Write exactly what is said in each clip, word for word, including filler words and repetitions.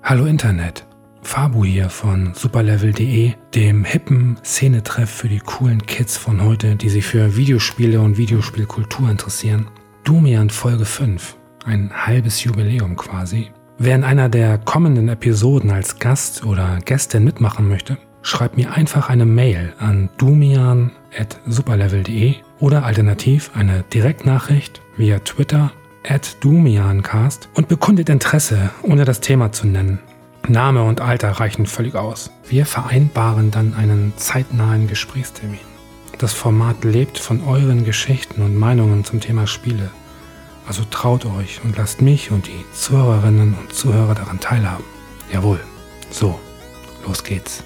Hallo Internet, Fabu hier von superlevel punkt de, dem hippen Szenetreff für die coolen Kids von heute, die sich für Videospiele und Videospielkultur interessieren. Domian Folge fünf, ein halbes Jubiläum quasi. Wer in einer der kommenden Episoden als Gast oder Gästin mitmachen möchte, schreibt mir einfach eine Mail an domian at superlevel punkt de oder alternativ eine Direktnachricht via Twitter at domiancast und bekundet Interesse, ohne das Thema zu nennen. Name und Alter reichen völlig aus. Wir vereinbaren dann einen zeitnahen Gesprächstermin. Das Format lebt von euren Geschichten und Meinungen zum Thema Spiele. Also traut euch und lasst mich und die Zuhörerinnen und Zuhörer daran teilhaben. Jawohl. So, los geht's.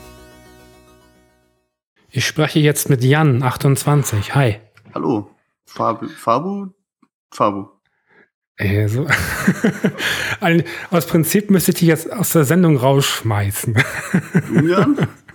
Ich spreche jetzt mit Jan, achtundzwanzig. Hi. Hallo. Fabu? Fabu? Fabu. Ey, so. Aus Prinzip müsste ich dich jetzt aus der Sendung rausschmeißen. Du, Jan?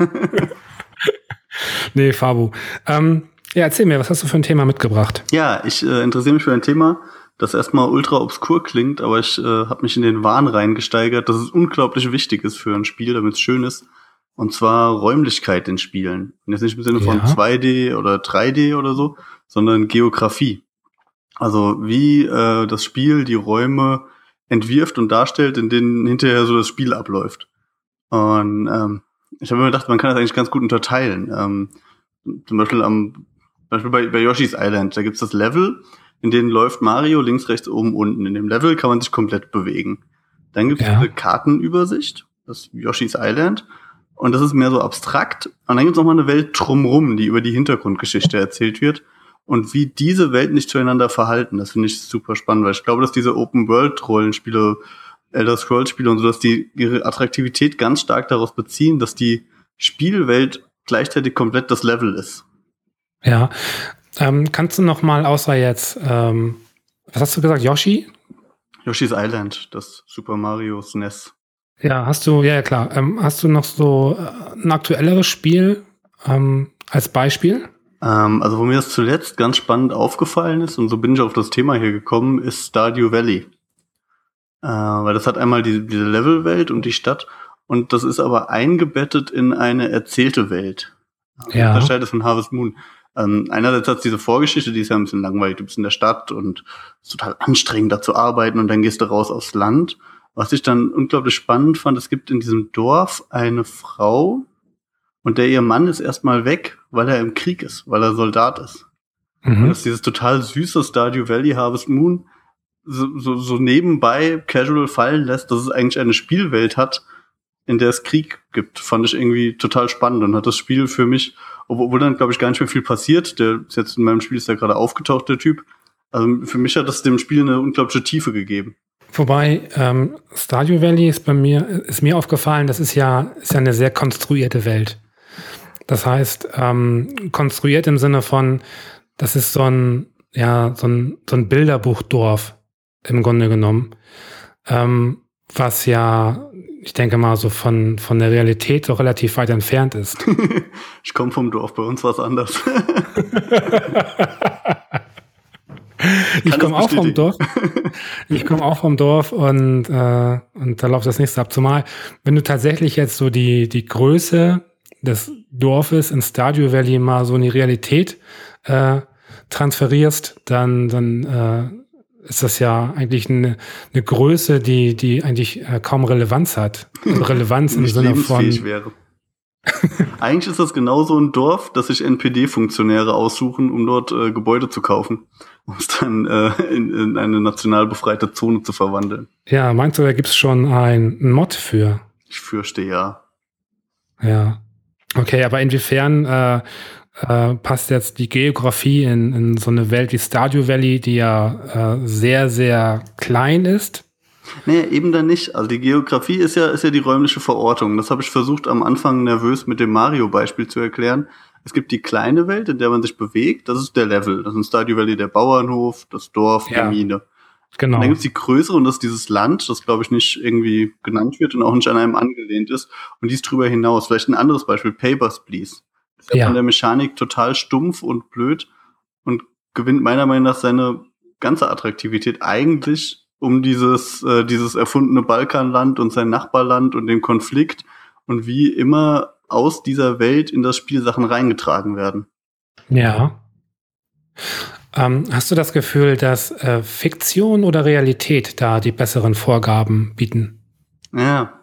Nee, Fabu. Ähm, ja, erzähl mir, was hast du für ein Thema mitgebracht? Ja, ich äh, interessiere mich für ein Thema, das erstmal ultra obskur klingt, aber ich äh, habe mich in den Wahn reingesteigert, dass es unglaublich wichtig ist für ein Spiel, damit es schön ist. Und zwar Räumlichkeit in Spielen. Und jetzt nicht im Sinne von Ja. zwei D oder drei D oder so, sondern Geografie. Also wie äh, das Spiel die Räume entwirft und darstellt, in denen hinterher so das Spiel abläuft. Und ähm, ich habe mir gedacht, man kann das eigentlich ganz gut unterteilen. Ähm, zum Beispiel am zum Beispiel bei, bei Yoshi's Island, da gibt's das Level, in dem läuft Mario links, rechts, oben, unten. In dem Level kann man sich komplett bewegen. Dann gibt's Ja. eine Kartenübersicht, das ist Yoshi's Island. Und das ist mehr so abstrakt. Und dann gibt's noch mal eine Welt drumrum, die über die Hintergrundgeschichte erzählt wird. Und wie diese Welten sich zueinander verhalten, das finde ich super spannend, weil ich glaube, dass diese Open-World-Rollenspiele, Elder Scrolls-Spiele und so, dass die ihre Attraktivität ganz stark daraus beziehen, dass die Spielwelt gleichzeitig komplett das Level ist. Ja. Ähm, kannst du noch mal, außer jetzt, ähm, was hast du gesagt, Yoshi? Yoshi's Island, das Super Mario S N E S. Ja, hast du, ja, ja klar. Ähm, hast du noch so äh, ein aktuelleres Spiel ähm, als Beispiel? Ähm, also wo mir das zuletzt ganz spannend aufgefallen ist, und so bin ich auf das Thema hier gekommen, ist Stardew Valley. Äh, weil das hat einmal die, diese Levelwelt und die Stadt, und das ist aber eingebettet in eine erzählte Welt. Ja. Unterscheidet von Harvest Moon. Ähm, einerseits hat es diese Vorgeschichte, die ist ja ein bisschen langweilig. Du bist in der Stadt und es ist total anstrengend, da zu arbeiten, und dann gehst du raus aufs Land. Was ich dann unglaublich spannend fand, es gibt in diesem Dorf eine Frau, und der ihr Mann ist erstmal weg, weil er im Krieg ist, weil er Soldat ist. Mhm. Und das ist dieses total süße Stardew Valley Harvest Moon so, so, so nebenbei casual fallen lässt, dass es eigentlich eine Spielwelt hat, in der es Krieg gibt. Fand ich irgendwie total spannend und hat das Spiel für mich, obwohl dann, glaube ich, gar nicht mehr viel passiert, der ist jetzt in meinem Spiel ist ja gerade aufgetaucht, der Typ. Also für mich hat das dem Spiel eine unglaubliche Tiefe gegeben. Wobei ähm, Stardew Valley ist bei mir, ist mir aufgefallen, das ist ja, ist ja eine sehr konstruierte Welt. Das heißt, ähm, konstruiert im Sinne von, das ist so ein, ja, so ein, so ein Bilderbuchdorf im Grunde genommen, ähm, was ja, ich denke mal, so von, von der Realität so relativ weit entfernt ist. Ich komme vom Dorf, bei uns war es anders. Ich komme auch vom Dorf. Ich komme auch vom Dorf und, äh, und da läuft das nächste ab. Zumal, wenn du tatsächlich jetzt so die, die Größe des Dorfes in Stardew Valley mal so in die Realität äh, transferierst, dann, dann äh, ist das ja eigentlich eine, eine Größe, die, die eigentlich äh, kaum Relevanz hat. Also Relevanz im Nicht Sinne von. lebensfähig wäre. Eigentlich ist das genauso ein Dorf, dass sich N P D-Funktionäre aussuchen, um dort äh, Gebäude zu kaufen, um es dann äh, in, in eine national befreite Zone zu verwandeln. Ja, meinst du, da gibt's schon ein Mod für? Ich fürchte ja. Ja. Okay, aber inwiefern äh, äh, passt jetzt die Geografie in, in so eine Welt wie Stardew Valley, die ja äh, sehr, sehr klein ist? Nee, eben dann nicht. Also die Geografie ist ja, ist ja die räumliche Verortung. Das habe ich versucht am Anfang nervös mit dem Mario-Beispiel zu erklären. Es gibt die kleine Welt, in der man sich bewegt. Das ist der Level. Das ist in Stardew Valley der Bauernhof, das Dorf, Ja. die Mine. Genau. Und dann gibt's die größere, und das ist dieses Land, das, glaube ich, nicht irgendwie genannt wird und auch nicht an einem angelehnt ist. Und die ist drüber hinaus. Vielleicht ein anderes Beispiel, Papers, Please. Ist ja Ja. von der Mechanik total stumpf und blöd und gewinnt meiner Meinung nach seine ganze Attraktivität eigentlich um dieses, äh, dieses erfundene Balkanland und sein Nachbarland und den Konflikt und wie immer aus dieser Welt in das Spiel Sachen reingetragen werden. Ja. Ähm, hast du das Gefühl, dass äh, Fiktion oder Realität da die besseren Vorgaben bieten? Ja.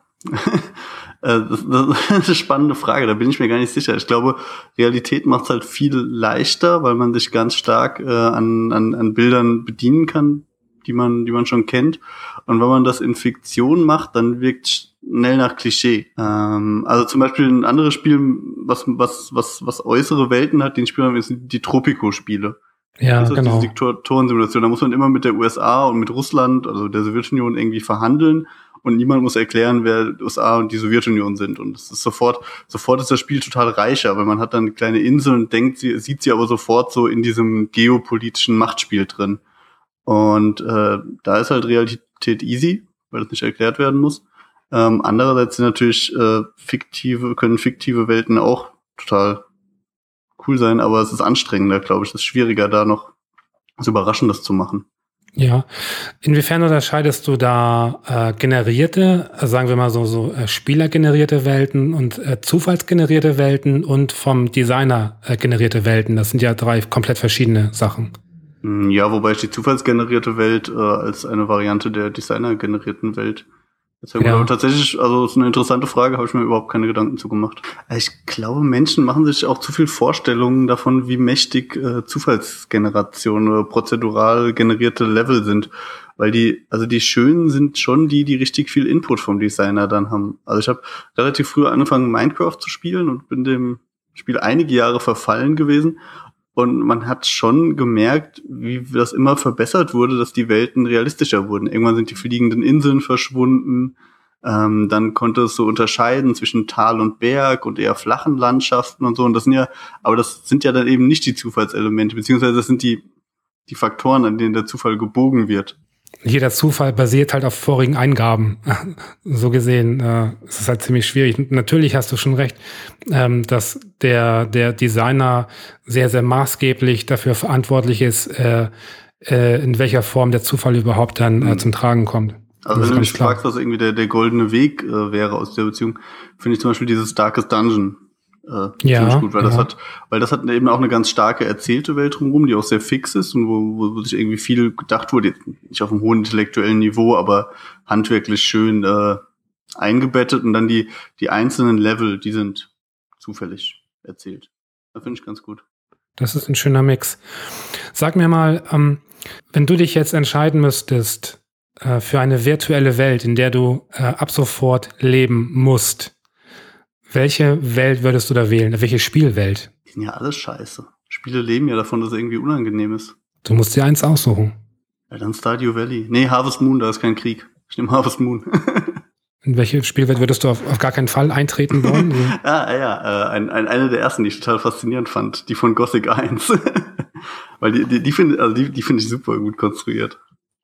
Das, das ist eine spannende Frage, da bin ich mir gar nicht sicher. Ich glaube, Realität macht es halt viel leichter, weil man sich ganz stark äh, an, an, an Bildern bedienen kann, die man, die man schon kennt. Und wenn man das in Fiktion macht, dann wirkt schnell nach Klischee. Ähm, also zum Beispiel ein anderes Spiel, was, was, was, was äußere Welten hat, den spielen wir, sind die Tropico-Spiele. Ja, das ist genau. diese Diktatorensimulation. Da muss man immer mit der U S A und mit Russland, also der Sowjetunion, irgendwie verhandeln. Und niemand muss erklären, wer die U S A und die Sowjetunion sind. Und es ist sofort, sofort ist das Spiel total reicher, weil man hat dann eine kleine Insel und denkt, sie sieht sie aber sofort so in diesem geopolitischen Machtspiel drin. Und äh, da ist halt Realität easy, weil das nicht erklärt werden muss. Ähm, andererseits sind natürlich äh, fiktive, können fiktive Welten auch total cool sein, aber es ist anstrengender, glaube ich. Es ist schwieriger, da noch was Überraschendes zu machen. Ja. Inwiefern unterscheidest du da äh, generierte, äh, sagen wir mal so, so äh, spielergenerierte Welten und äh, zufallsgenerierte Welten und vom Designer äh, generierte Welten? Das sind ja drei komplett verschiedene Sachen. Ja, wobei ich die zufallsgenerierte Welt äh, als eine Variante der designergenerierten Welt jetzt ja. Aber tatsächlich, also ist eine interessante Frage, habe ich mir überhaupt keine Gedanken zu gemacht. Ich glaube, Menschen machen sich auch zu viel Vorstellungen davon, wie mächtig äh, Zufallsgeneration oder prozedural generierte Level sind. Weil die, also die schönen sind schon die, die richtig viel Input vom Designer dann haben. Also ich habe relativ früh angefangen, Minecraft zu spielen und bin dem Spiel einige Jahre verfallen gewesen. Und man hat schon gemerkt, wie das immer verbessert wurde, dass die Welten realistischer wurden. Irgendwann sind die fliegenden Inseln verschwunden. Ähm, dann konnte es so unterscheiden zwischen Tal und Berg und eher flachen Landschaften und so. Und das sind ja, aber das sind ja dann eben nicht die Zufallselemente, beziehungsweise das sind die, die Faktoren, an denen der Zufall gebogen wird. Jeder Zufall basiert halt auf vorigen Eingaben. So gesehen äh, ist es halt ziemlich schwierig. Natürlich hast du schon recht, ähm, dass der der Designer sehr, sehr maßgeblich dafür verantwortlich ist, äh, äh, in welcher Form der Zufall überhaupt dann äh, zum Tragen kommt. Also wenn du mich fragst, was irgendwie der, der goldene Weg äh, wäre aus der Beziehung, finde ich zum Beispiel dieses Darkest Dungeon äh, ja, ziemlich gut, weil ja. das hat, weil das hat eben auch eine ganz starke erzählte Welt drumherum, die auch sehr fix ist und wo, wo, wo sich irgendwie viel gedacht wurde, nicht auf einem hohen intellektuellen Niveau, aber handwerklich schön äh, eingebettet und dann die die einzelnen Level, die sind zufällig erzählt. Das finde ich ganz gut. Das ist ein schöner Mix. Sag mir mal, ähm, wenn du dich jetzt entscheiden müsstest äh, für eine virtuelle Welt, in der du äh, ab sofort leben musst, welche Welt würdest du da wählen? Welche Spielwelt? Die sind ja alles scheiße. Spiele leben ja davon, dass es irgendwie unangenehm ist. Du musst dir eins aussuchen. Ja, dann Stardew Valley. Nee, Harvest Moon, da ist kein Krieg. Ich nehme Harvest Moon. In welche Spielwelt würdest du auf, auf gar keinen Fall eintreten wollen? ah, ja, äh, ein, ein, eine der ersten, die ich total faszinierend fand. Die von Gothic eins. Weil die, die, die finde also die, die finde ich super gut konstruiert.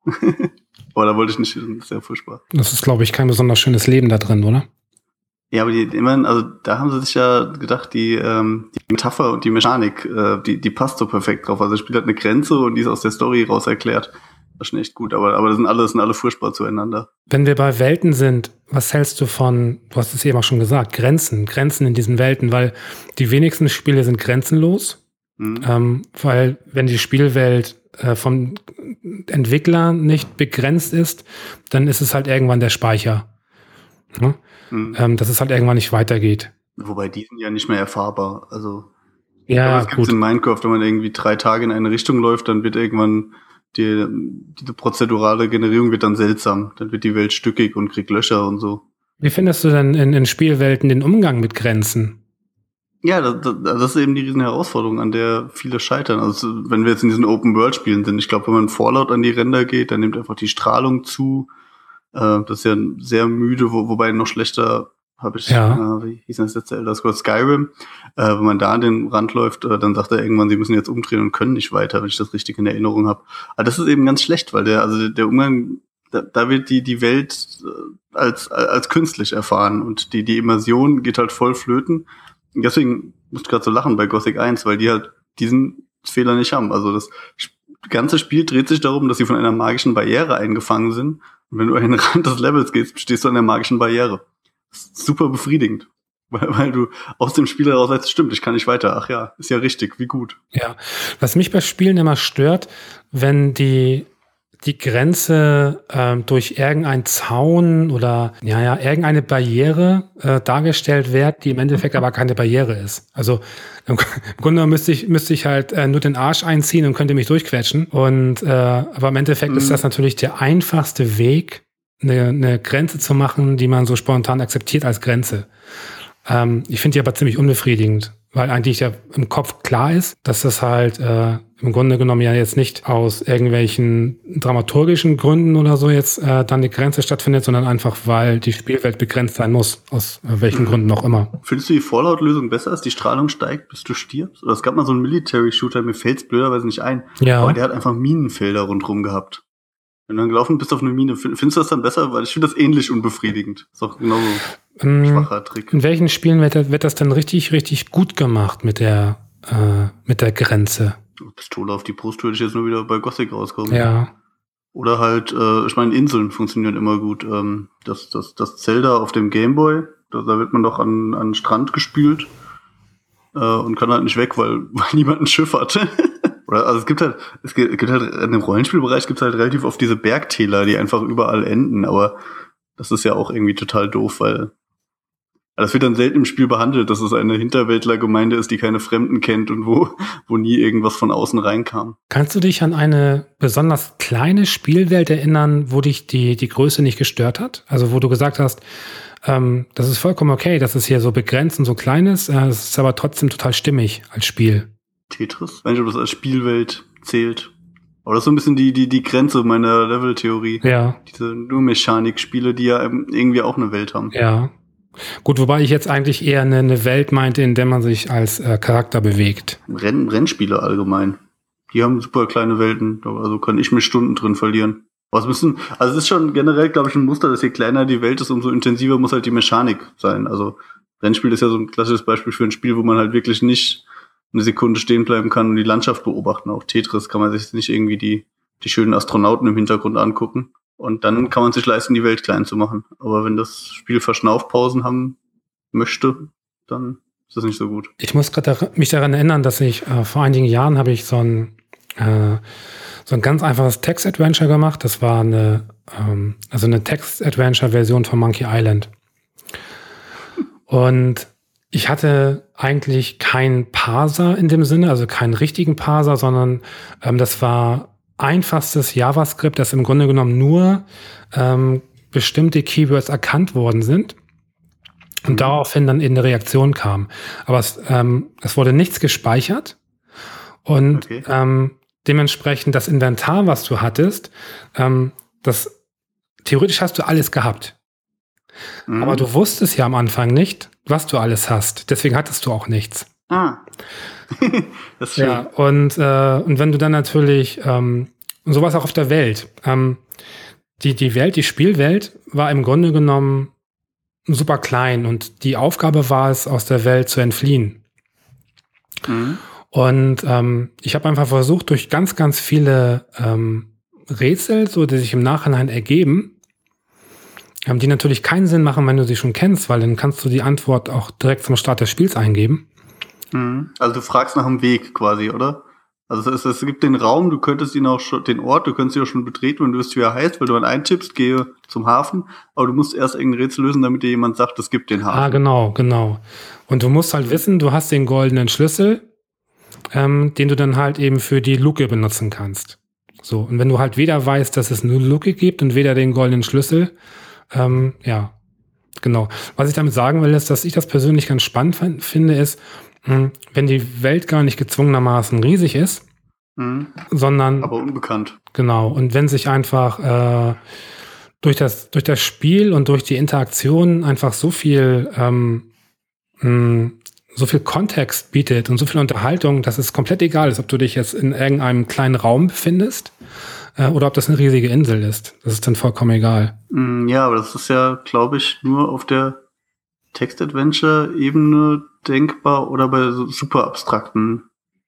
Aber da wollte ich nicht, das ist sehr furchtbar. Das ist, glaube ich, kein besonders schönes Leben da drin, oder? Ja, aber die, immerhin, also da haben sie sich ja gedacht, die, ähm, die Metapher und die Mechanik, äh, die, die passt so perfekt drauf. Also das Spiel hat eine Grenze und die ist aus der Story raus erklärt. Das ist schon echt gut, aber, aber das sind alle, das sind alle furchtbar zueinander. Wenn wir bei Welten sind, was hältst du von, du hast es eben auch schon gesagt, Grenzen, Grenzen in diesen Welten, weil die wenigsten Spiele sind grenzenlos, mhm. ähm, weil wenn die Spielwelt äh, vom Entwickler nicht begrenzt ist, dann ist es halt irgendwann der Speicher. Ja? Mhm. Ähm, dass es halt irgendwann nicht weitergeht. Wobei die sind ja nicht mehr erfahrbar. Also ja, es gibt in Minecraft, wenn man irgendwie drei Tage in eine Richtung läuft, dann wird irgendwann die diese prozedurale Generierung wird dann seltsam. Dann wird die Welt stückig und kriegt Löcher und so. Wie findest du denn in, in Spielwelten den Umgang mit Grenzen? Ja, das, das ist eben die riesen Herausforderung, an der viele scheitern. Also wenn wir jetzt in diesen Open-World-Spielen sind, ich glaube, wenn man Fallout an die Ränder geht, dann nimmt einfach die Strahlung zu. Das ist ja sehr müde, wo, wobei noch schlechter habe ich, ja. äh, wie hieß das letzte Elder Scrolls Skyrim, äh, wenn man da an den Rand läuft, äh, dann sagt er irgendwann, sie müssen jetzt umdrehen und können nicht weiter, wenn ich das richtig in Erinnerung habe. Aber das ist eben ganz schlecht, weil der, also der Umgang, da, da wird die die Welt äh, als als künstlich erfahren und die die Immersion geht halt voll flöten. Und deswegen musste ich gerade so lachen bei Gothic eins, weil die halt diesen Fehler nicht haben. Also das das ganze Spiel dreht sich darum, dass sie von einer magischen Barriere eingefangen sind. Und wenn du an den Rand des Levels gehst, stehst du an der magischen Barriere. Das ist super befriedigend. Weil, weil du aus dem Spiel heraus sagst, stimmt, ich kann nicht weiter. Ach ja, ist ja richtig, wie gut. Ja, was mich bei Spielen immer stört, wenn die die Grenze ähm, durch irgendeinen Zaun oder ja ja irgendeine Barriere äh, dargestellt wird, die im Endeffekt aber keine Barriere ist. Also im, im Grunde müsste ich müsste ich halt äh, nur den Arsch einziehen und könnte mich durchquetschen. Und äh, aber im Endeffekt mhm. ist das natürlich der einfachste Weg, eine, eine Grenze zu machen, die man so spontan akzeptiert als Grenze. Ähm, ich finde die aber ziemlich unbefriedigend, weil eigentlich ja im Kopf klar ist, dass das halt äh, im Grunde genommen ja jetzt nicht aus irgendwelchen dramaturgischen Gründen oder so jetzt äh, dann die Grenze stattfindet, sondern einfach, weil die Spielwelt begrenzt sein muss, aus äh, welchen mhm. Gründen auch immer. Findest du die Fallout-Lösung besser, als die Strahlung steigt, bis du stirbst? Oder es gab mal so einen Military-Shooter, mir fällt's blöderweise nicht ein, ja. aber der hat einfach Minenfelder rundherum gehabt. Wenn du dann gelaufen bist auf eine Mine, findest du das dann besser? Weil ich finde das ähnlich unbefriedigend. Ist auch genauso ein ähm, schwacher Trick. In welchen Spielen wird das, wird das dann richtig, richtig gut gemacht mit der, äh, mit der Grenze? Pistole auf die Brust würde ich jetzt nur wieder bei Gothic rauskommen. Ja. Oder halt, äh, ich meine, Inseln funktionieren immer gut. Ähm, das, das, das Zelda auf dem Gameboy, da, da wird man doch an, an den Strand gespült äh, und kann halt nicht weg, weil, weil niemand ein Schiff hatte. Oder, also es gibt halt, es gibt, gibt halt, in dem Rollenspielbereich gibt es halt relativ oft diese Bergtäler, die einfach überall enden, aber das ist ja auch irgendwie total doof, weil das wird dann selten im Spiel behandelt, dass es eine Hinterwäldlergemeinde ist, die keine Fremden kennt und wo, wo nie irgendwas von außen reinkam. Kannst du dich an eine besonders kleine Spielwelt erinnern, wo dich die, die Größe nicht gestört hat? Also wo du gesagt hast, ähm, das ist vollkommen okay, dass es hier so begrenzt und so klein ist, äh, es ist aber trotzdem total stimmig als Spiel. Tetris? Ich weiß nicht, ob das als Spielwelt zählt. Aber das ist so ein bisschen die, die, die Grenze meiner Leveltheorie. Ja. Diese nur Mechanik-Spiele, die ja irgendwie auch eine Welt haben. Ja. Gut, wobei ich jetzt eigentlich eher eine, eine Welt meinte, in der man sich als äh, Charakter bewegt. Renn, Rennspiele allgemein. Die haben super kleine Welten, also kann ich mir Stunden drin verlieren. Aber es müssen, also es ist schon generell, glaube ich, ein Muster, dass je kleiner die Welt ist, umso intensiver muss halt die Mechanik sein. Also Rennspiel ist ja so ein klassisches Beispiel für ein Spiel, wo man halt wirklich nicht eine Sekunde stehen bleiben kann und die Landschaft beobachten. Auch Tetris kann man sich nicht irgendwie die, die schönen Astronauten im Hintergrund angucken. Und dann kann man sich leisten, die Welt klein zu machen. Aber wenn das Spiel Verschnaufpausen haben möchte, dann ist das nicht so gut. Ich muss gerade mich daran erinnern, dass ich äh, vor einigen Jahren habe ich so ein äh, so ein ganz einfaches Text-Adventure gemacht. Das war eine ähm, also eine Text-Adventure-Version von Monkey Island. Und ich hatte eigentlich keinen Parser in dem Sinne, also keinen richtigen Parser, sondern ähm, das war einfachstes JavaScript, das im Grunde genommen nur ähm, bestimmte Keywords erkannt worden sind und mhm. daraufhin dann in eine Reaktion kam. Aber es, ähm, es wurde nichts gespeichert und okay. ähm, dementsprechend das Inventar, was du hattest, ähm, das theoretisch hast du alles gehabt. Mhm. Aber du wusstest ja am Anfang nicht, was du alles hast. Deswegen hattest du auch nichts. Ah. Das ist schön. Ja, und, äh, und wenn du dann natürlich, ähm, und sowas auch auf der Welt, ähm, die, die Welt, die Spielwelt war im Grunde genommen super klein und die Aufgabe war es, aus der Welt zu entfliehen. Mhm. Und ähm, ich habe einfach versucht, durch ganz, ganz viele ähm, Rätsel, so die sich im Nachhinein ergeben, ähm, die natürlich keinen Sinn machen, wenn du sie schon kennst, weil dann kannst du die Antwort auch direkt zum Start des Spiels eingeben. Also du fragst nach dem Weg quasi, oder? Also es, es gibt den Raum, du könntest ihn auch schon, den Ort, du könntest ihn auch schon betreten, wenn du wüsst, wie er heißt, weil du dann eintippst, gehe zum Hafen, aber du musst erst irgendein Rätsel lösen, damit dir jemand sagt, es gibt den Hafen. Ah, genau, genau. Und du musst halt wissen, du hast den goldenen Schlüssel, ähm, den du dann halt eben für die Luke benutzen kannst. So, und wenn du halt weder weißt, dass es eine Luke gibt und weder den goldenen Schlüssel, ähm, ja, genau. Was ich damit sagen will, ist, dass ich das persönlich ganz spannend f- finde, ist, wenn die Welt gar nicht gezwungenermaßen riesig ist, mhm. sondern aber unbekannt. Genau, und wenn sich einfach äh, durch das durch das Spiel und durch die Interaktion einfach so viel ähm, mh, so viel Kontext bietet und so viel Unterhaltung, dass es komplett egal ist, ob du dich jetzt in irgendeinem kleinen Raum befindest äh, oder ob das eine riesige Insel ist. Das ist dann vollkommen egal. Ja, aber das ist ja, glaube ich, nur auf der Text-Adventure-Ebene denkbar oder bei so super abstrakten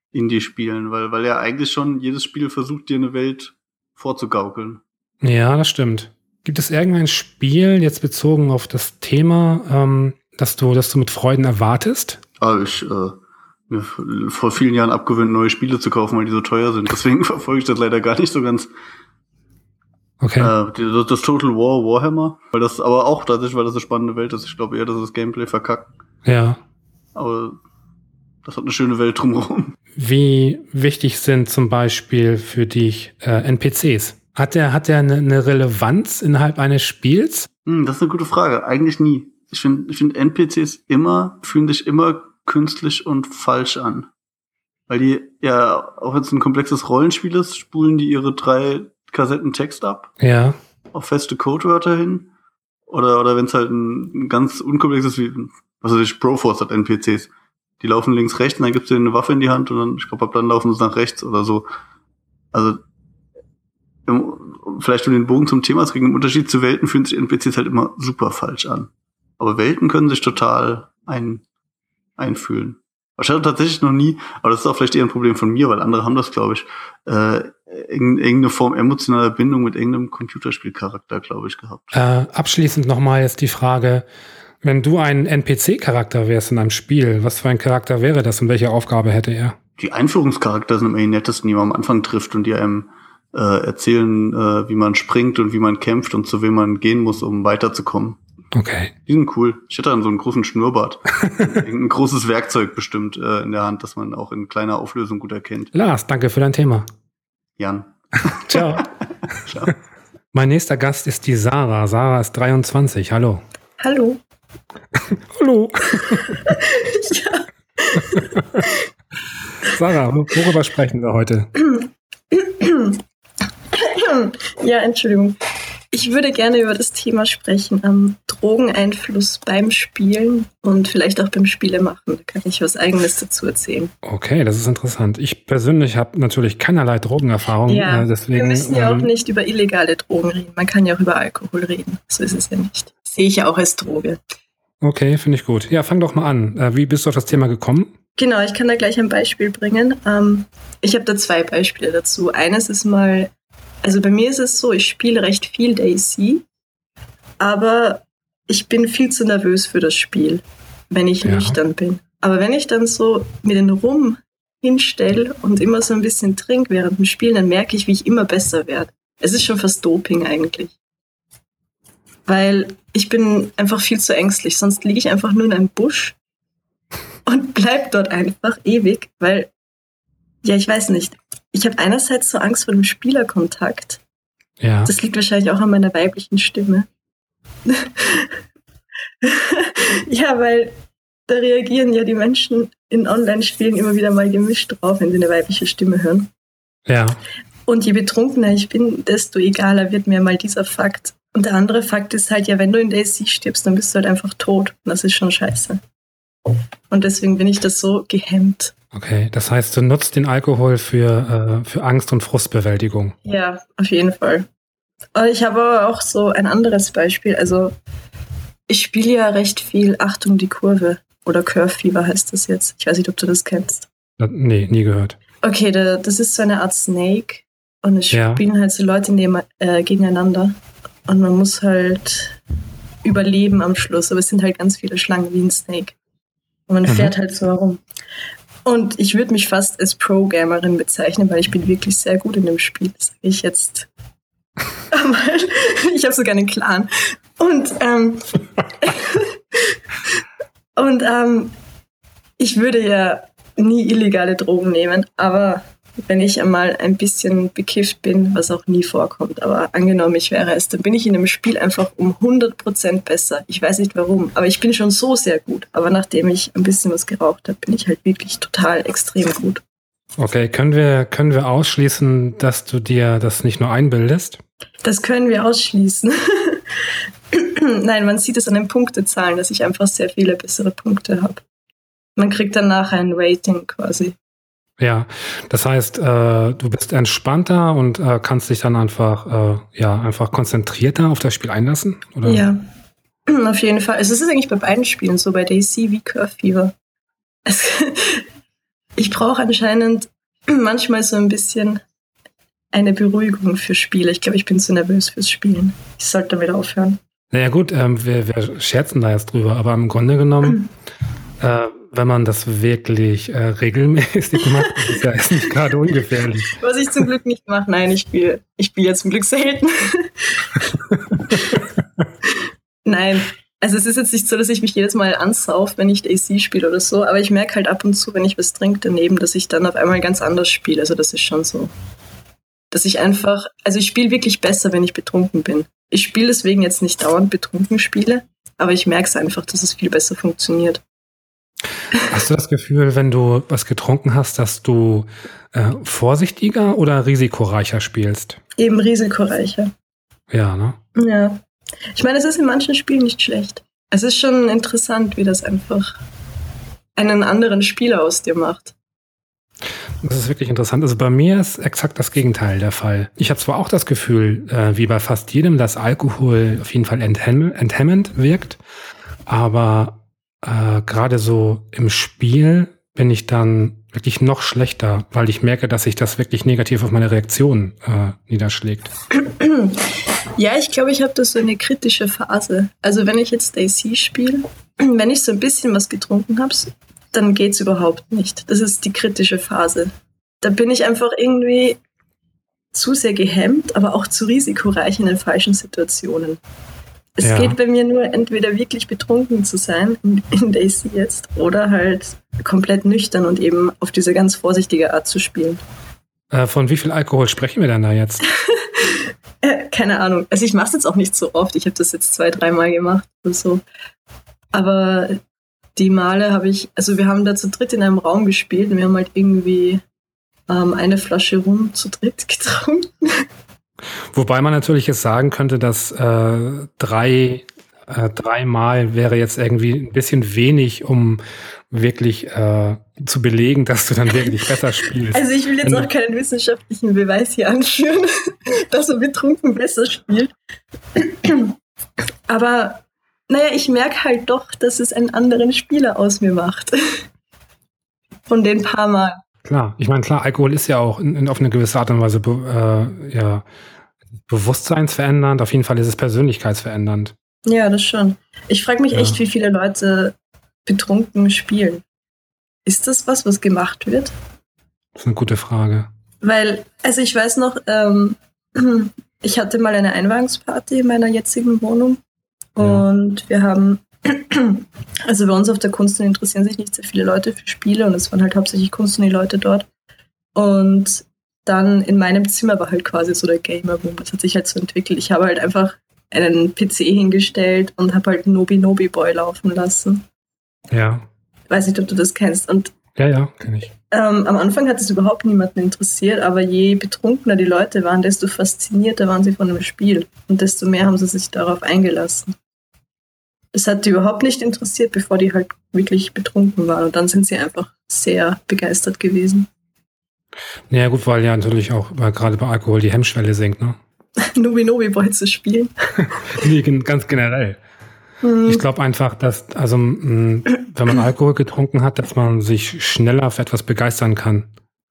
Indie-Spielen, weil, weil ja eigentlich schon jedes Spiel versucht, dir eine Welt vorzugaukeln. Ja, das stimmt. Gibt es irgendein Spiel, jetzt bezogen auf das Thema, ähm, dass du, dass du mit Freuden erwartest? Aber ich äh, mir vor vielen Jahren abgewöhnt, neue Spiele zu kaufen, weil die so teuer sind. Deswegen verfolge ich das leider gar nicht so ganz. Okay. Äh, das, das Total War Warhammer, weil das aber auch tatsächlich, weil das eine spannende Welt ist. Ich glaube eher, dass das Gameplay verkackt. Ja. Aber das hat eine schöne Welt drumherum. Wie wichtig sind zum Beispiel für dich äh, N P Cs? Hat der, hat der eine, eine Relevanz innerhalb eines Spiels? Hm, das ist eine gute Frage. Eigentlich nie. Ich finde, ich finde N P Cs immer, fühlen sich immer künstlich und falsch an. Weil die ja, auch wenn es ein komplexes Rollenspiel ist, spulen die ihre drei Kassetten Text ab. Ja. Auf feste Codewörter hin. Oder, oder wenn es halt ein, ein ganz unkomplexes, wie, was weiß ich, Broforce hat N P Cs. Die laufen links, rechts und dann gibt's denen eine Waffe in die Hand und dann, ich glaube, ab dann laufen sie nach rechts oder so. Also, im, vielleicht um den Bogen zum Thema zu kriegen, im Unterschied zu Welten fühlen sich N P Cs halt immer super falsch an. Aber Welten können sich total ein, einfühlen. Ich hatte tatsächlich noch nie, aber das ist auch vielleicht eher ein Problem von mir, weil andere haben das, glaube ich, äh, irgendeine Form emotionaler Bindung mit irgendeinem Computerspielcharakter, glaube ich, gehabt. Äh, abschließend nochmal jetzt die Frage, wenn du ein N P C-Charakter wärst in einem Spiel, was für ein Charakter wäre das und welche Aufgabe hätte er? Die Einführungscharakter sind immer die nettesten, die man am Anfang trifft und die einem äh, erzählen, äh, wie man springt und wie man kämpft und zu wem man gehen muss, um weiterzukommen. Okay. Die sind cool. Ich hätte dann so einen großen Schnurrbart. Ein großes Werkzeug bestimmt äh, in der Hand, das man auch in kleiner Auflösung gut erkennt. Lars, danke für dein Thema. Jan. Ciao. Ciao. Mein nächster Gast ist die Sarah. Sarah ist dreiundzwanzig. Hallo. Hallo. Hallo. Ja. Sarah, worüber sprechen wir heute? Ja, Entschuldigung. Ich würde gerne über das Thema sprechen, ähm, Drogeneinfluss beim Spielen und vielleicht auch beim Spielemachen. Da kann ich was Eigenes dazu erzählen. Okay, das ist interessant. Ich persönlich habe natürlich keinerlei Drogenerfahrung. Ja, äh, deswegen, wir müssen ja ähm, auch nicht über illegale Drogen reden. Man kann ja auch über Alkohol reden. So ist es ja nicht. Das sehe ich ja auch als Droge. Okay, finde ich gut. Ja, fang doch mal an. Äh, wie bist du auf das Thema gekommen? Genau, ich kann da gleich ein Beispiel bringen. Ähm, ich habe da zwei Beispiele dazu. Eines ist mal, also bei mir ist es so, ich spiele recht viel DayZ, aber ich bin viel zu nervös für das Spiel, wenn ich Ja. nüchtern bin. Aber wenn ich dann so mir den Rum hinstelle und immer so ein bisschen trinke während dem Spielen, dann merke ich, wie ich immer besser werde. Es ist schon fast Doping eigentlich. Weil ich bin einfach viel zu ängstlich, sonst liege ich einfach nur in einem Busch und bleib dort einfach ewig, weil, ja, ich weiß nicht. Ich habe einerseits so Angst vor dem Spielerkontakt. Ja. Das liegt wahrscheinlich auch an meiner weiblichen Stimme. Ja, weil da reagieren ja die Menschen in Online-Spielen immer wieder mal gemischt drauf, wenn sie eine weibliche Stimme hören. Ja. Und je betrunkener ich bin, desto egaler wird mir mal dieser Fakt. Und der andere Fakt ist halt, ja, wenn du in DayZ stirbst, dann bist du halt einfach tot. Und das ist schon scheiße. Und deswegen bin ich das so gehemmt. Okay, das heißt, du nutzt den Alkohol für, äh, für Angst- und Frustbewältigung. Ja, auf jeden Fall. Aber ich habe aber auch so ein anderes Beispiel. Also ich spiele ja recht viel Achtung, die Kurve. Oder Curve Fever heißt das jetzt. Ich weiß nicht, ob du das kennst. Äh, Nee, nie gehört. Okay, da, das ist so eine Art Snake. Und es Ja. spielen halt so Leute neben, äh, gegeneinander. Und man muss halt überleben am Schluss. Aber es sind halt ganz viele Schlangen wie ein Snake. Und man Mhm. fährt halt so herum. Und ich würde mich fast als Pro-Gamerin bezeichnen, weil ich bin wirklich sehr gut in dem Spiel. Das sage ich jetzt. Aber ich habe sogar einen Clan. Und, ähm, und ähm, ich würde ja nie illegale Drogen nehmen, aber wenn ich einmal ein bisschen bekifft bin, was auch nie vorkommt, aber angenommen ich wäre es, dann bin ich in dem Spiel einfach um hundert Prozent besser. Ich weiß nicht warum, aber ich bin schon so sehr gut. Aber nachdem ich ein bisschen was geraucht habe, bin ich halt wirklich total extrem gut. Okay, können wir, können wir ausschließen, dass du dir das nicht nur einbildest? Das können wir ausschließen. Nein, man sieht es an den Punktezahlen, dass ich einfach sehr viele bessere Punkte habe. Man kriegt danach ein Rating quasi. Ja, das heißt, äh, du bist entspannter und äh, kannst dich dann einfach, äh, ja, einfach konzentrierter auf das Spiel einlassen? Oder? Ja, auf jeden Fall. Also es ist eigentlich bei beiden Spielen so, bei DayZ wie Curve Fever. Es, Ich brauche anscheinend manchmal so ein bisschen eine Beruhigung für Spiele. Ich glaube, ich bin zu nervös fürs Spielen. Ich sollte damit aufhören. Naja gut, ähm, wir, wir scherzen da jetzt drüber, aber im Grunde genommen, äh, wenn man das wirklich äh, regelmäßig macht, ist es ja jetzt nicht gerade ungefährlich. Was ich zum Glück nicht mache. Nein, ich spiele ich spiele ja zum Glück selten. Nein, also es ist jetzt nicht so, dass ich mich jedes Mal ansauf, wenn ich A C spiele oder so, aber ich merke halt ab und zu, wenn ich was trinke daneben, dass ich dann auf einmal ganz anders spiele. Also das ist schon so. Dass ich einfach, also ich spiele wirklich besser, wenn ich betrunken bin. Ich spiele deswegen jetzt nicht dauernd betrunken Spiele, aber ich merke es einfach, dass es viel besser funktioniert. Hast du das Gefühl, wenn du was getrunken hast, dass du äh, vorsichtiger oder risikoreicher spielst? Eben risikoreicher. Ja, ne? Ja. Ich meine, es ist in manchen Spielen nicht schlecht. Es ist schon interessant, wie das einfach einen anderen Spieler aus dir macht. Das ist wirklich interessant. Also bei mir ist exakt das Gegenteil der Fall. Ich habe zwar auch das Gefühl, äh, wie bei fast jedem, dass Alkohol auf jeden Fall enthemm- enthemmend wirkt, aber äh, gerade so im Spiel bin ich dann wirklich noch schlechter, weil ich merke, dass sich das wirklich negativ auf meine Reaktion äh, niederschlägt. Ja, ich glaube, ich habe da so eine kritische Phase. Also wenn ich jetzt A C spiele, wenn ich so ein bisschen was getrunken habe, dann geht's überhaupt nicht. Das ist die kritische Phase. Da bin ich einfach irgendwie zu sehr gehemmt, aber auch zu risikoreich in den falschen Situationen. Es Ja. geht bei mir nur entweder wirklich betrunken zu sein, in, in A C jetzt, oder halt komplett nüchtern und eben auf diese ganz vorsichtige Art zu spielen. Äh, von wie viel Alkohol sprechen wir denn da jetzt? Äh, keine Ahnung. Also ich mache es jetzt auch nicht so oft. Ich habe das jetzt zwei, dreimal gemacht oder so. Aber die Male habe ich, also wir haben da zu dritt in einem Raum gespielt und wir haben halt irgendwie ähm, eine Flasche Rum zu dritt getrunken. Wobei man natürlich jetzt sagen könnte, dass äh, drei, äh, dreimal wäre jetzt irgendwie ein bisschen wenig, um wirklich äh, zu belegen, dass du dann wirklich besser spielst. Also ich will jetzt auch keinen wissenschaftlichen Beweis hier anführen, dass man betrunken besser spielt. Aber naja, ich merke halt doch, dass es einen anderen Spieler aus mir macht. Von den paar Mal. Klar, ich meine, klar, Alkohol ist ja auch in, in, auf eine gewisse Art und Weise be, äh, ja, bewusstseinsverändernd, auf jeden Fall ist es persönlichkeitsverändernd. Ja, das schon. Ich frage mich Ja. echt, wie viele Leute betrunken spielen. Ist das was, was gemacht wird? Das ist eine gute Frage. Weil, also ich weiß noch, ähm, ich hatte mal eine Einweihungsparty in meiner jetzigen Wohnung und wir haben, also bei uns auf der Kunst interessieren sich nicht sehr viele Leute für Spiele und es waren halt hauptsächlich Kunst und die Leute dort. Und dann in meinem Zimmer war halt quasi so der Gamer-Boom. Das hat sich halt so entwickelt. Ich habe halt einfach einen P C hingestellt und habe halt Nobi Nobi Boy laufen lassen. Ja. Weiß nicht, ob du das kennst. Und Ja, ja, kenne ich. ähm, am Anfang hat es überhaupt niemanden interessiert, aber je betrunkener die Leute waren, desto faszinierter waren sie von dem Spiel und desto mehr haben sie sich darauf eingelassen. Es hat die überhaupt nicht interessiert, bevor die halt wirklich betrunken waren und dann sind sie einfach sehr begeistert gewesen. Ja, gut, weil ja natürlich auch äh, gerade bei Alkohol die Hemmschwelle sinkt, ne? Nobi Nobi Boy zu spielen. Nee, gen- ganz generell. Hm. Ich glaube einfach, dass, also mh, wenn man Alkohol getrunken hat, dass man sich schneller für etwas begeistern kann.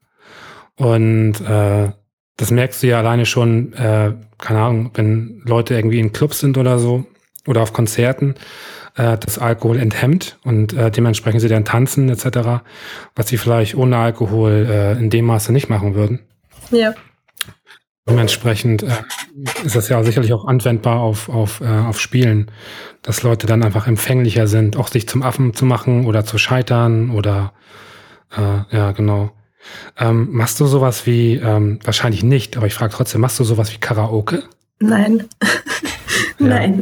Und äh, das merkst du ja alleine schon, äh, keine Ahnung, wenn Leute irgendwie in Clubs sind oder so oder auf Konzerten, äh, dass Alkohol enthemmt und äh, dementsprechend sie dann tanzen et cetera, was sie vielleicht ohne Alkohol äh, in dem Maße nicht machen würden. Ja. Dementsprechend äh, ist das ja sicherlich auch anwendbar auf, auf, äh, auf Spielen, dass Leute dann einfach empfänglicher sind, auch sich zum Affen zu machen oder zu scheitern oder äh, ja, genau. Ähm, machst du sowas wie, ähm, wahrscheinlich nicht, aber ich frage trotzdem, machst du sowas wie Karaoke? Nein. Ja. Nein.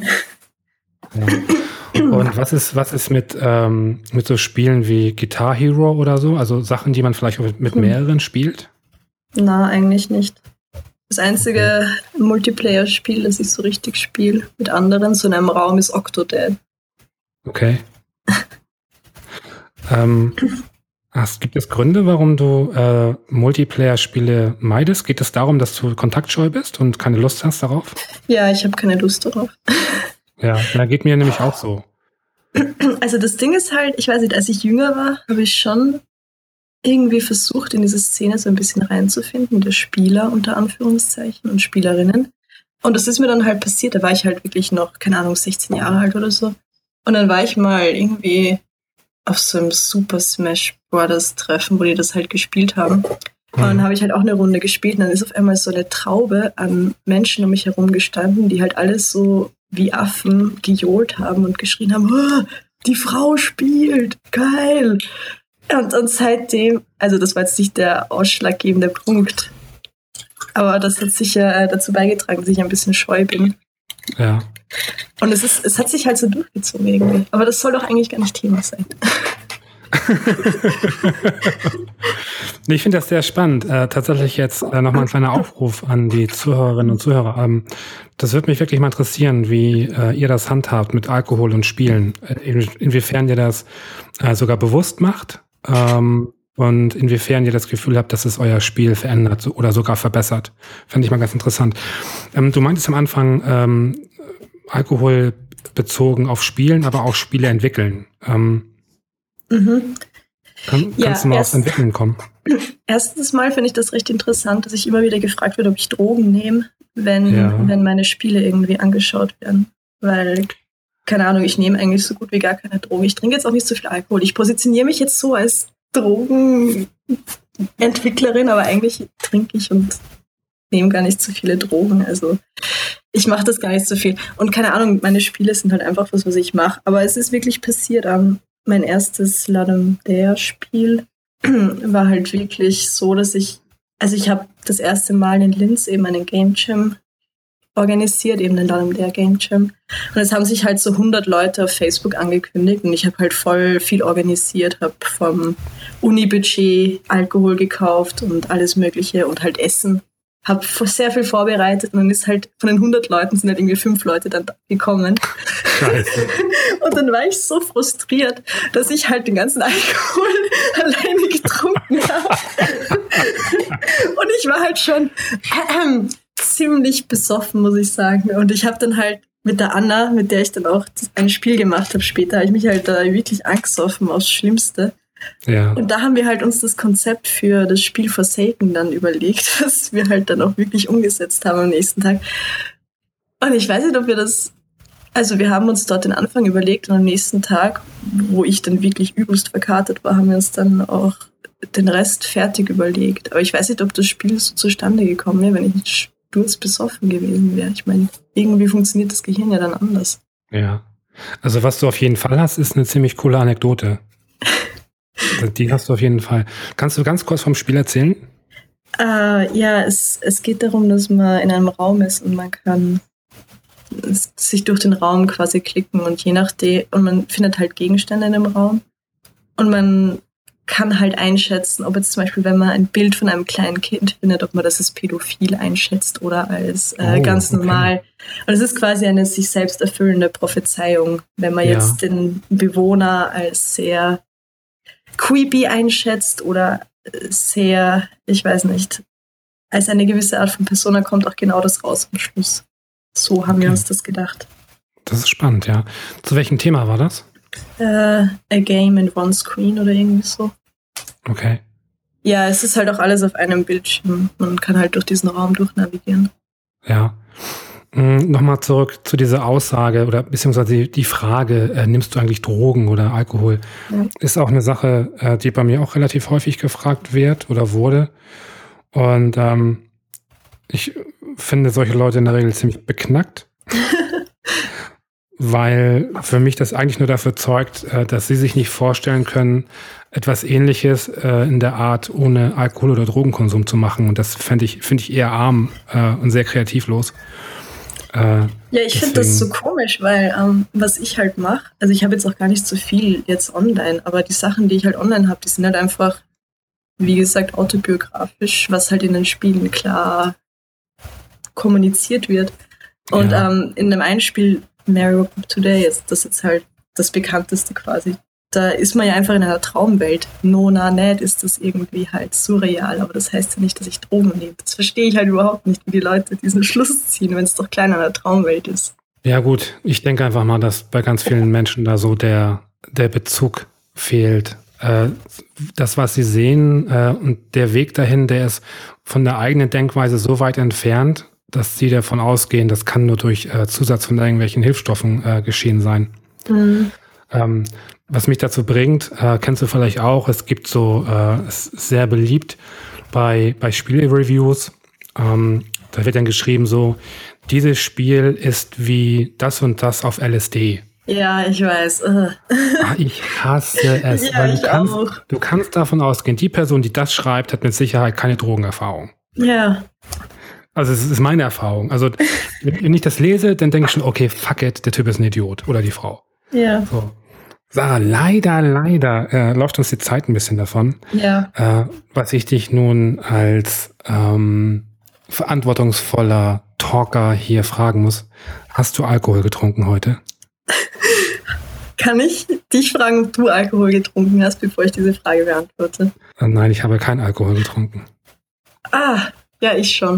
Ja. Und was ist, was ist mit, ähm, mit so Spielen wie Guitar Hero oder so? Also Sachen, die man vielleicht auch mit Hm. mehreren spielt? Na, eigentlich nicht. Das einzige Multiplayer-Spiel, das ich so richtig spiele mit anderen, so in einem Raum, ist Octodad. Okay. ähm, hast, gibt es Gründe, warum du äh, Multiplayer-Spiele meidest? Geht es darum, dass du kontaktscheu bist und keine Lust hast darauf? Ja, ich habe keine Lust darauf. Ja, da geht mir nämlich auch so. Also das Ding ist halt, ich weiß nicht, als ich jünger war, habe ich schon irgendwie versucht, in diese Szene so ein bisschen reinzufinden, der Spieler unter Anführungszeichen und Spielerinnen. Und das ist mir dann halt passiert, da war ich halt wirklich noch, keine Ahnung, sechzehn Jahre alt oder so. Und dann war ich mal irgendwie auf so einem Super Smash Brothers Treffen, wo die das halt gespielt haben. Und dann habe ich halt auch eine Runde gespielt und dann ist auf einmal so eine Traube an Menschen um mich herum gestanden, die halt alles so wie Affen gejohlt haben und geschrien haben, oh, die Frau spielt, geil. Und, und seitdem, also das war jetzt nicht der ausschlaggebende Punkt, aber das hat sicher dazu beigetragen, dass ich ein bisschen scheu bin. Ja. Und es ist, es hat sich halt so durchgezogen irgendwie. Aber das soll doch eigentlich gar nicht Thema sein. Ich finde das sehr spannend. Äh, tatsächlich jetzt äh, nochmal ein kleiner Aufruf an die Zuhörerinnen und Zuhörer. Ähm, das würde mich wirklich mal interessieren, wie äh, ihr das handhabt mit Alkohol und Spielen. Äh, in, inwiefern ihr das äh, sogar bewusst macht ähm, und inwiefern ihr das Gefühl habt, dass es euer Spiel verändert so, oder sogar verbessert. Fände ich mal ganz interessant. Ähm, du meintest am Anfang, ähm, Alkohol bezogen auf Spielen, aber auch Spiele entwickeln. Ähm, Mhm. Kann, Ja, kannst du mal erst- aufs Entwickeln kommen? Erstens mal finde ich das recht interessant, dass ich immer wieder gefragt werde, ob ich Drogen nehme, wenn, Ja. wenn meine Spiele irgendwie angeschaut werden. Weil, keine Ahnung, ich nehme eigentlich so gut wie gar keine Drogen. Ich trinke jetzt auch nicht so viel Alkohol. Ich positioniere mich jetzt so als Drogenentwicklerin, aber eigentlich trinke ich und nehme gar nicht so viele Drogen. Also ich mache das gar nicht so viel. Und keine Ahnung, meine Spiele sind halt einfach was, was ich mache. Aber es ist wirklich passiert. Ähm, mein erstes Ladum Dare-Spiel war halt wirklich so, dass ich, also ich habe das erste Mal in Linz eben einen Game Jam organisiert, eben den Ladum Dare Game Jam. Und es haben sich halt so hundert Leute auf Facebook angekündigt und ich habe halt voll viel organisiert, habe vom Uni-Budget Alkohol gekauft und alles Mögliche und halt Essen. Habe sehr viel vorbereitet und dann ist halt von den hundert Leuten sind halt irgendwie fünf Leute dann gekommen. Scheiße. Und dann war ich so frustriert, dass ich halt den ganzen Alkohol alleine getrunken habe. Und ich war halt schon ähm, ziemlich besoffen, muss ich sagen. Und ich habe dann halt mit der Anna, mit der ich dann auch ein Spiel gemacht habe später, habe ich mich halt da wirklich angesoffen aufs Schlimmste. Ja. Und da haben wir halt uns das Konzept für das Spiel Forsaken dann überlegt, was wir halt dann auch wirklich umgesetzt haben am nächsten Tag. Und ich weiß nicht, ob wir das, also wir haben uns dort den Anfang überlegt und am nächsten Tag, wo ich dann wirklich übelst verkartet war, haben wir uns dann auch den Rest fertig überlegt. Aber ich weiß nicht, ob das Spiel so zustande gekommen wäre, wenn ich nicht sturzbesoffen gewesen wäre. Ich meine, irgendwie funktioniert das Gehirn ja dann anders. Ja. Also was du auf jeden Fall hast, ist eine ziemlich coole Anekdote. Die hast du auf jeden Fall. Kannst du ganz kurz vom Spiel erzählen? Äh, ja, es, es geht darum, dass man in einem Raum ist und man kann es, sich durch den Raum quasi klicken und je nachdem, und man findet halt Gegenstände in dem Raum und man kann halt einschätzen, ob jetzt zum Beispiel, wenn man ein Bild von einem kleinen Kind findet, ob man das als pädophil einschätzt oder als äh, Oh, ganz okay. normal. Und es ist quasi eine sich selbst erfüllende Prophezeiung, wenn man Ja. jetzt den Bewohner als sehr creepy einschätzt oder sehr, ich weiß nicht, als eine gewisse Art von Persona kommt auch genau das raus am Schluss. So haben wir Okay. uns das gedacht. Das ist spannend, ja. Zu welchem Thema war das? Äh, a game in one screen oder irgendwie so. Okay. Ja, es ist halt auch alles auf einem Bildschirm. Man kann halt durch diesen Raum durchnavigieren. Ja. Hm, Nochmal zurück zu dieser Aussage oder beziehungsweise die, die Frage, äh, nimmst du eigentlich Drogen oder Alkohol? Ja. Ist auch eine Sache, äh, die bei mir auch relativ häufig gefragt wird oder wurde. Und ähm, ich finde solche Leute in der Regel ziemlich beknackt. Weil für mich das eigentlich nur dafür zeugt, äh, dass sie sich nicht vorstellen können, etwas Ähnliches äh, in der Art ohne Alkohol- oder Drogenkonsum zu machen. Und das fände ich, finde ich eher arm äh, und sehr kreativlos. Äh, Ja, ich finde das so Deswegen- komisch, weil ähm, was ich halt mache, also ich habe jetzt auch gar nicht so viel jetzt online, aber die Sachen, die ich halt online habe, die sind halt einfach, wie gesagt, autobiografisch, was halt in den Spielen klar kommuniziert wird. Und Ja. ähm, in dem einen Spiel, Mario Today, ist das jetzt halt das bekannteste quasi. Da ist man ja einfach in einer Traumwelt. Nona, nicht ist das irgendwie halt surreal, aber das heißt ja nicht, dass ich Drogen nehme. Das verstehe ich halt überhaupt nicht, wie die Leute diesen Schluss ziehen, wenn es doch klein an der Traumwelt ist. Ja gut, ich denke einfach mal, dass bei ganz vielen Menschen da so der, der Bezug fehlt äh, das, was sie sehen äh, und der Weg dahin, der ist von der eigenen Denkweise so weit entfernt, dass sie davon ausgehen, das kann nur durch äh, Zusatz von irgendwelchen Hilfsstoffen äh, geschehen sein. Mhm. Ähm, was mich dazu bringt, äh, kennst du vielleicht auch, es gibt so, äh, ist sehr beliebt bei, bei Spielreviews, ähm, da wird dann geschrieben so, dieses Spiel ist wie das und das auf L S D. Ja, ich weiß. Uh. Ach, ich hasse es. Ja, weil ich du, kannst, auch. du kannst davon ausgehen, die Person, die das schreibt, hat mit Sicherheit keine Drogenerfahrung. Ja. Also es ist meine Erfahrung. Also wenn ich das lese, dann denke ich schon, okay, fuck it, der Typ ist ein Idiot oder die Frau. Ja. So. Sarah, leider, leider äh, läuft uns die Zeit ein bisschen davon. Ja. Äh, was ich dich nun als ähm, verantwortungsvoller Talker hier fragen muss. Hast du Alkohol getrunken heute? Kann ich dich fragen, ob du Alkohol getrunken hast, bevor ich diese Frage beantworte? Äh, nein, ich habe keinen Alkohol getrunken. Ah, ja, ich schon.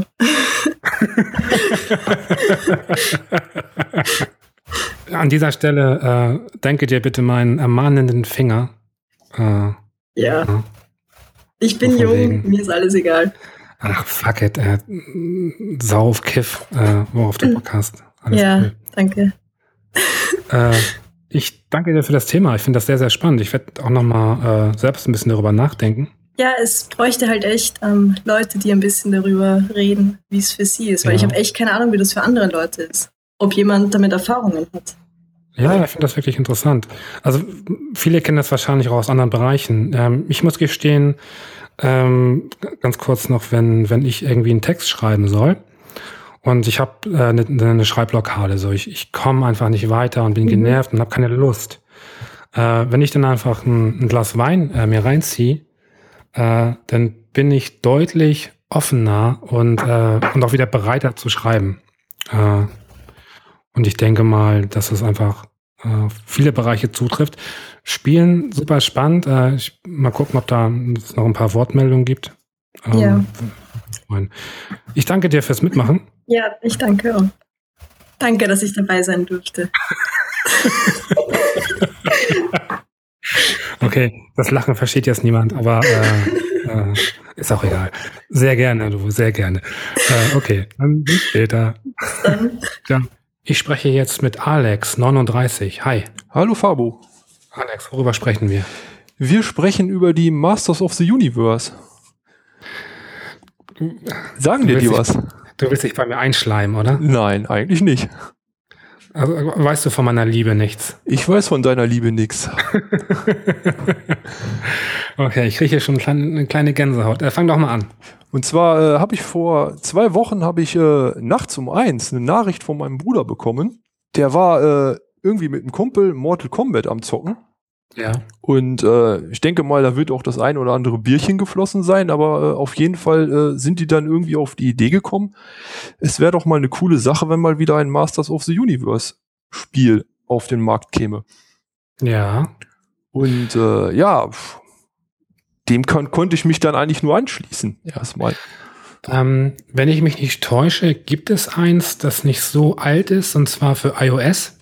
An dieser Stelle äh, denke dir bitte meinen ermahnenden Finger. Äh, ja. ja. Ich bin so jung, wegen. Mir ist alles egal. Ach, fuck it. Äh, Sau auf Kiff, äh, worauf du Bock hast. Alles ja, cool. Danke. Äh, ich danke dir für das Thema. Ich finde das sehr, sehr spannend. Ich werde auch nochmal äh, selbst ein bisschen darüber nachdenken. Ja, es bräuchte halt echt ähm, Leute, die ein bisschen darüber reden, wie es für sie ist. Weil ja. ich habe echt keine Ahnung, wie das für andere Leute ist. Ob jemand damit Erfahrungen hat. Ja, ich finde das wirklich interessant. Also viele kennen das wahrscheinlich auch aus anderen Bereichen. Ähm, ich muss gestehen, ähm, ganz kurz noch, wenn wenn ich irgendwie einen Text schreiben soll und ich habe äh, eine, eine Schreibblockade, so ich, ich komme einfach nicht weiter und bin mhm. genervt und habe keine Lust. Äh, wenn ich dann einfach ein, ein Glas Wein äh, mir reinziehe, äh, dann bin ich deutlich offener und äh, und auch wieder bereiter zu schreiben. Äh, Und ich denke mal, dass es einfach äh, viele Bereiche zutrifft. Spielen super spannend. Äh, ich, mal gucken, ob da es noch ein paar Wortmeldungen gibt. Ähm, ja. Ich danke dir fürs Mitmachen. Ja, ich danke auch. Danke, dass ich dabei sein durfte. Okay, das Lachen versteht jetzt niemand, aber äh, äh, ist auch egal. Sehr gerne, du, sehr gerne. Äh, okay, dann bis später. Dann. Ja. Ich spreche jetzt mit Alex, neununddreißig. Hi. Hallo Fabo. Alex, worüber sprechen wir? Wir sprechen über die Masters of the Universe. Sagen dir die was? Dich, du willst dich bei mir einschleimen, oder? Nein, eigentlich nicht. Also, weißt du von meiner Liebe nichts? Ich weiß von deiner Liebe nichts. Okay, ich kriege hier schon eine kleine, eine kleine Gänsehaut. Äh, fang doch mal an. Und zwar äh, habe ich vor zwei Wochen habe ich äh, nachts um eins eine Nachricht von meinem Bruder bekommen. Der war äh, irgendwie mit einem Kumpel Mortal Kombat am Zocken. Ja. Und äh, ich denke mal, da wird auch das ein oder andere Bierchen geflossen sein, aber äh, auf jeden Fall äh, sind die dann irgendwie auf die Idee gekommen, es wäre doch mal eine coole Sache, wenn mal wieder ein Masters of the Universe Spiel auf den Markt käme. Ja. Und äh, ja, dem kon- konnte ich mich dann eigentlich nur anschließen, erstmal. Ähm, wenn ich mich nicht täusche, gibt es eins, das nicht so alt ist, und zwar für iOS.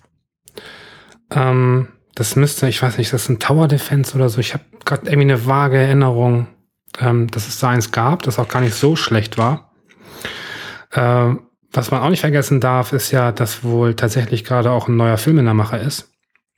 Ähm, das müsste, ich weiß nicht, das ist ein Tower Defense oder so. Ich habe gerade irgendwie eine vage Erinnerung, ähm, dass es da eins gab, das auch gar nicht so schlecht war. Ähm, was man auch nicht vergessen darf, ist ja, dass wohl tatsächlich gerade auch ein neuer Film in der Mache ist.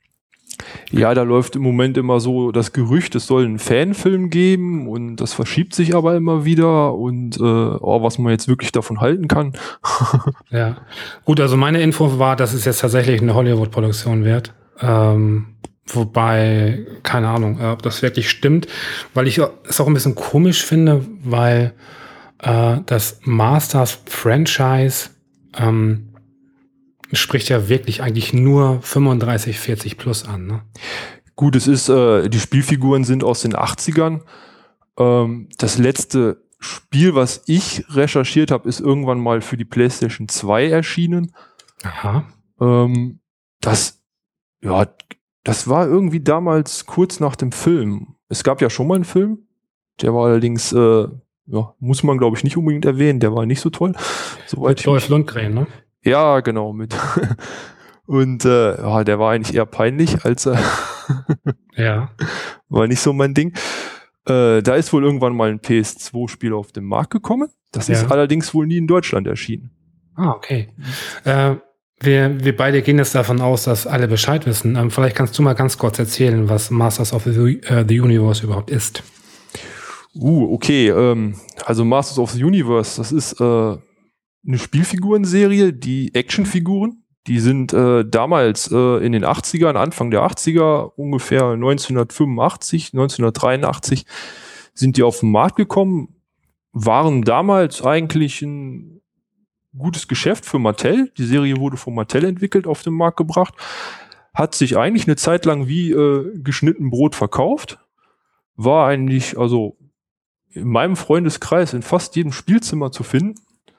Ja, da läuft im Moment immer so das Gerücht, es soll einen Fanfilm geben und das verschiebt sich aber immer wieder und äh, oh, was man jetzt wirklich davon halten kann. Ja, gut, also meine Info war, dass es jetzt tatsächlich eine Hollywood-Produktion wird. Ähm, wobei, keine Ahnung, ob das wirklich stimmt, weil ich es auch ein bisschen komisch finde, weil äh, das Masters-Franchise ähm, spricht ja wirklich eigentlich nur fünfunddreißig, vierzig plus an, ne? Gut, es ist, äh, die Spielfiguren sind aus den achtzigern. Ähm, das letzte Spiel, was ich recherchiert habe, ist irgendwann mal für die PlayStation zwei erschienen. Aha. Ähm, das, ja, das war irgendwie damals kurz nach dem Film. Es gab ja schon mal einen Film, der war allerdings, äh, ja, muss man glaube ich nicht unbedingt erwähnen, der war nicht so toll. Soweit Dolph Lundgren, ne? Ja, genau, mit. Und äh, ja, der war eigentlich eher peinlich, als er ja. war nicht so mein Ding. Äh, da ist wohl irgendwann mal ein P S zwei Spiel auf den Markt gekommen. Das Ja. ist allerdings wohl nie in Deutschland erschienen. Ah, okay. Äh, wir, wir beide gehen jetzt davon aus, dass alle Bescheid wissen. Ähm, vielleicht kannst du mal ganz kurz erzählen, was Masters of the, uh, the Universe überhaupt ist. Uh, okay. Ähm, also Masters of the Universe, das ist äh, eine Spielfigurenserie, die Actionfiguren, die sind äh, damals äh, in den achtzigern, Anfang der achtziger, ungefähr neunzehnhundertfünfundachtzig, neunzehnhundertdreiundachtzig, sind die auf den Markt gekommen, waren damals eigentlich ein gutes Geschäft für Mattel. Die Serie wurde von Mattel entwickelt, auf den Markt gebracht, hat sich eigentlich eine Zeit lang wie äh, geschnitten Brot verkauft, war eigentlich, also in meinem Freundeskreis in fast jedem Spielzimmer zu finden.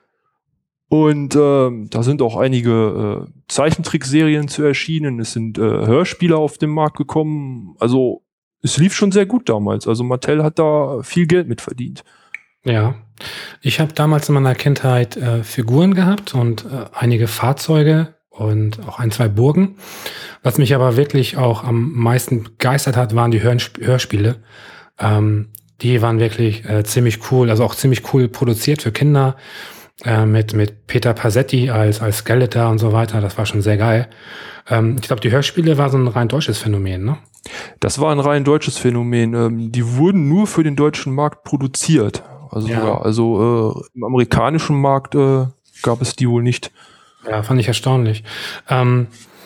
Und äh, da sind auch einige äh, Zeichentrickserien zu erschienen. Es sind äh, Hörspiele auf den Markt gekommen. Also es lief schon sehr gut damals. Also Mattel hat da viel Geld mit verdient. Ja, ich habe damals in meiner Kindheit äh, Figuren gehabt und äh, einige Fahrzeuge und auch ein, zwei Burgen. Was mich aber wirklich auch am meisten begeistert hat, waren die Hörsp- Hörspiele. Ähm, die waren wirklich äh, ziemlich cool, also auch ziemlich cool produziert für Kinder. Äh, mit mit Peter Pasetti als als Skeletor und so weiter. Das war schon sehr geil. Ähm, ich glaube, die Hörspiele war so ein rein deutsches Phänomen, ne? Das war ein rein deutsches Phänomen. Ähm, die wurden nur für den deutschen Markt produziert. Also Ja. sogar, also äh, im amerikanischen Markt äh, gab es die wohl nicht. Ja, fand ich erstaunlich. Ähm,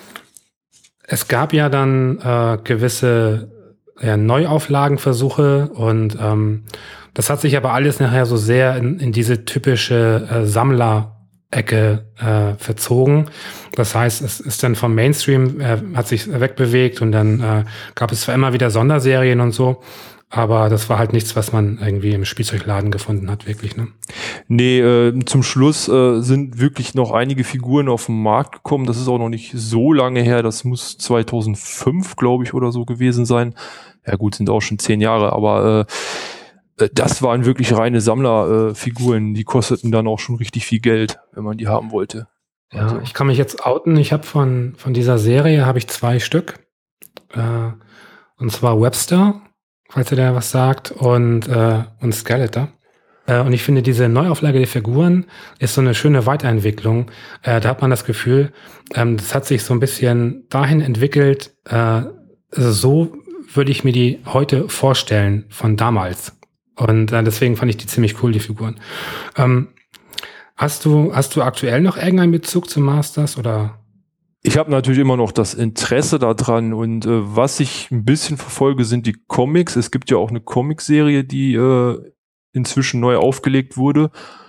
es gab ja dann äh, gewisse ja, Neuauflagenversuche und ähm, das hat sich aber alles nachher so sehr in, in diese typische äh, Sammler-Ecke äh, verzogen. Das heißt, es ist dann vom Mainstream, äh, hat sich wegbewegt und dann äh, gab es zwar immer wieder Sonderserien und so, aber das war halt nichts, was man irgendwie im Spielzeugladen gefunden hat, wirklich, ne? Nee, äh, zum Schluss äh, sind wirklich noch einige Figuren auf den Markt gekommen. Das ist auch noch nicht so lange her. Das muss zweitausendfünf, glaube ich, oder so gewesen sein. Ja gut, sind auch schon zehn Jahre, aber äh, das waren wirklich reine Sammlerfiguren. Äh, die kosteten dann auch schon richtig viel Geld, wenn man die haben wollte. Ja, Also. ich kann mich jetzt outen. Ich habe von, von dieser Serie habe ich zwei Stück. Äh, und zwar Webster, falls ihr da was sagt, und, äh, und Skeletor. Äh, und ich finde, diese Neuauflage der Figuren ist so eine schöne Weiterentwicklung. Äh, da hat man das Gefühl, ähm, das hat sich so ein bisschen dahin entwickelt, äh, also so würde ich mir die heute vorstellen von damals. Und äh, deswegen fand ich die ziemlich cool, die Figuren. Ähm, hast du, hast du aktuell noch irgendeinen Bezug zu Masters oder? Ich habe natürlich immer noch das Interesse daran und äh, was ich ein bisschen verfolge, sind die Comics. Es gibt ja auch eine Comicserie, die äh, inzwischen neu aufgelegt wurde.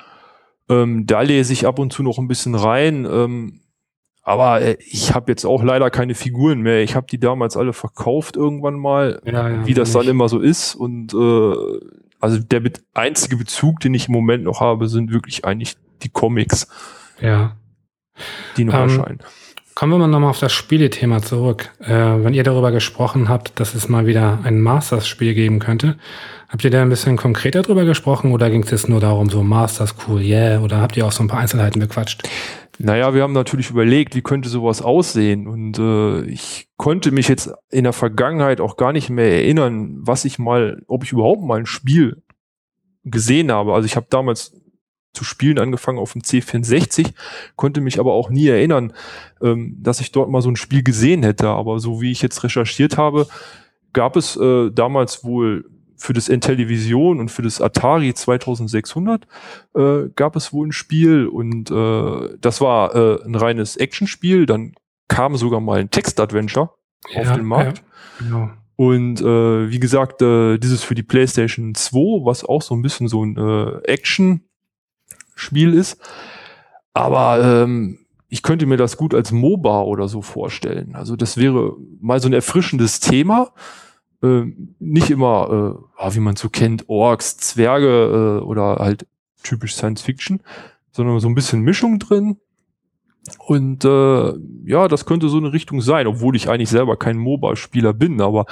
Ähm, da lese ich ab und zu noch ein bisschen rein. Ähm, aber äh, ich habe jetzt auch leider keine Figuren mehr. Ich habe die damals alle verkauft irgendwann mal, Ja, ja, wie das dann nicht. immer so ist. Und äh, also der be- einzige Bezug, den ich im Moment noch habe, sind wirklich eigentlich die Comics, Ja. die noch Ähm, erscheinen. Kommen wir mal nochmal auf das Spielethema zurück. Äh, wenn ihr darüber gesprochen habt, dass es mal wieder ein Masters-Spiel geben könnte, habt ihr da ein bisschen konkreter drüber gesprochen oder ging es jetzt nur darum, so Masters, cool, yeah, oder habt ihr auch so ein paar Einzelheiten bequatscht? Naja, wir haben natürlich überlegt, wie könnte sowas aussehen. Und äh, ich konnte mich jetzt in der Vergangenheit auch gar nicht mehr erinnern, was ich mal, ob ich überhaupt mal ein Spiel gesehen habe. Also ich habe damals zu spielen angefangen auf dem C vierundsechzig, konnte mich aber auch nie erinnern, ähm, dass ich dort mal so ein Spiel gesehen hätte. Aber so wie ich jetzt recherchiert habe, gab es äh, damals wohl für das Intellivision und für das Atari zweitausendsechshundert äh, gab es wohl ein Spiel und äh, das war äh, ein reines Actionspiel. Dann kam sogar mal ein Text-Adventure auf den Markt. Ja, genau. Und äh, wie gesagt, äh, dieses für die PlayStation zwei, was auch so ein bisschen so ein äh, Action-Spiel ist. Aber ähm, ich könnte mir das gut als MOBA oder so vorstellen. Also das wäre mal so ein erfrischendes Thema. Äh, nicht immer, äh, wie man so kennt, Orks, Zwerge äh, oder halt typisch Science Fiction, sondern so ein bisschen Mischung drin. Und äh, ja, das könnte so eine Richtung sein, obwohl ich eigentlich selber kein MOBA-Spieler bin, aber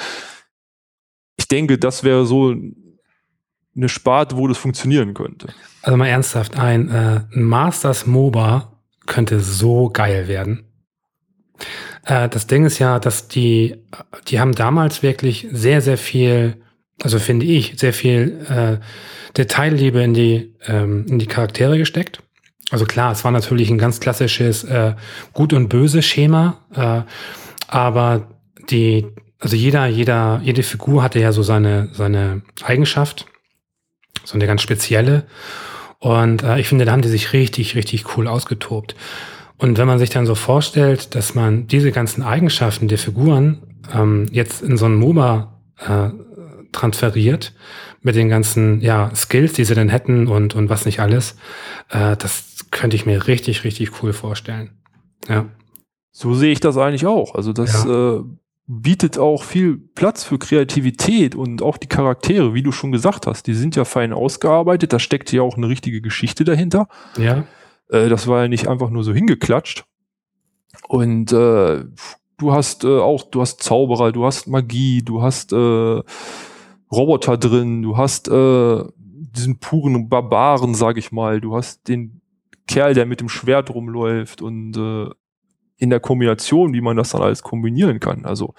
ich denke, das wäre so eine Sparte, wo das funktionieren könnte. Also mal ernsthaft, ein, äh, ein Masters MOBA könnte so geil werden. Äh, das Ding ist ja, dass die, die haben damals wirklich sehr, sehr viel, also finde ich, sehr viel äh, Detailliebe in die, ähm, in die Charaktere gesteckt. Also klar, es war natürlich ein ganz klassisches äh, Gut- und Böse-Schema, äh, aber die, also jeder, jeder, jede Figur hatte ja so seine, seine Eigenschaft, so eine ganz spezielle. Und äh, ich finde, da haben die sich richtig, richtig cool ausgetobt. Und wenn man sich dann so vorstellt, dass man diese ganzen Eigenschaften der Figuren ähm, jetzt in so ein MOBA äh, transferiert, mit den ganzen ja, Skills, die sie denn hätten und, und was nicht alles, äh, das könnte ich mir richtig, richtig cool vorstellen. Ja. So sehe ich das eigentlich auch. Also das ja. äh, bietet auch viel Platz für Kreativität und auch die Charaktere, wie du schon gesagt hast, die sind ja fein ausgearbeitet, da steckt ja auch eine richtige Geschichte dahinter. Ja. Äh, das war ja nicht einfach nur so hingeklatscht. Und äh, du hast äh, auch, du hast Zauberer, du hast Magie, du hast äh, Roboter drin, du hast äh, diesen puren Barbaren, sag ich mal, du hast den Kerl, der mit dem Schwert rumläuft und äh, in der Kombination, wie man das dann alles kombinieren kann. Also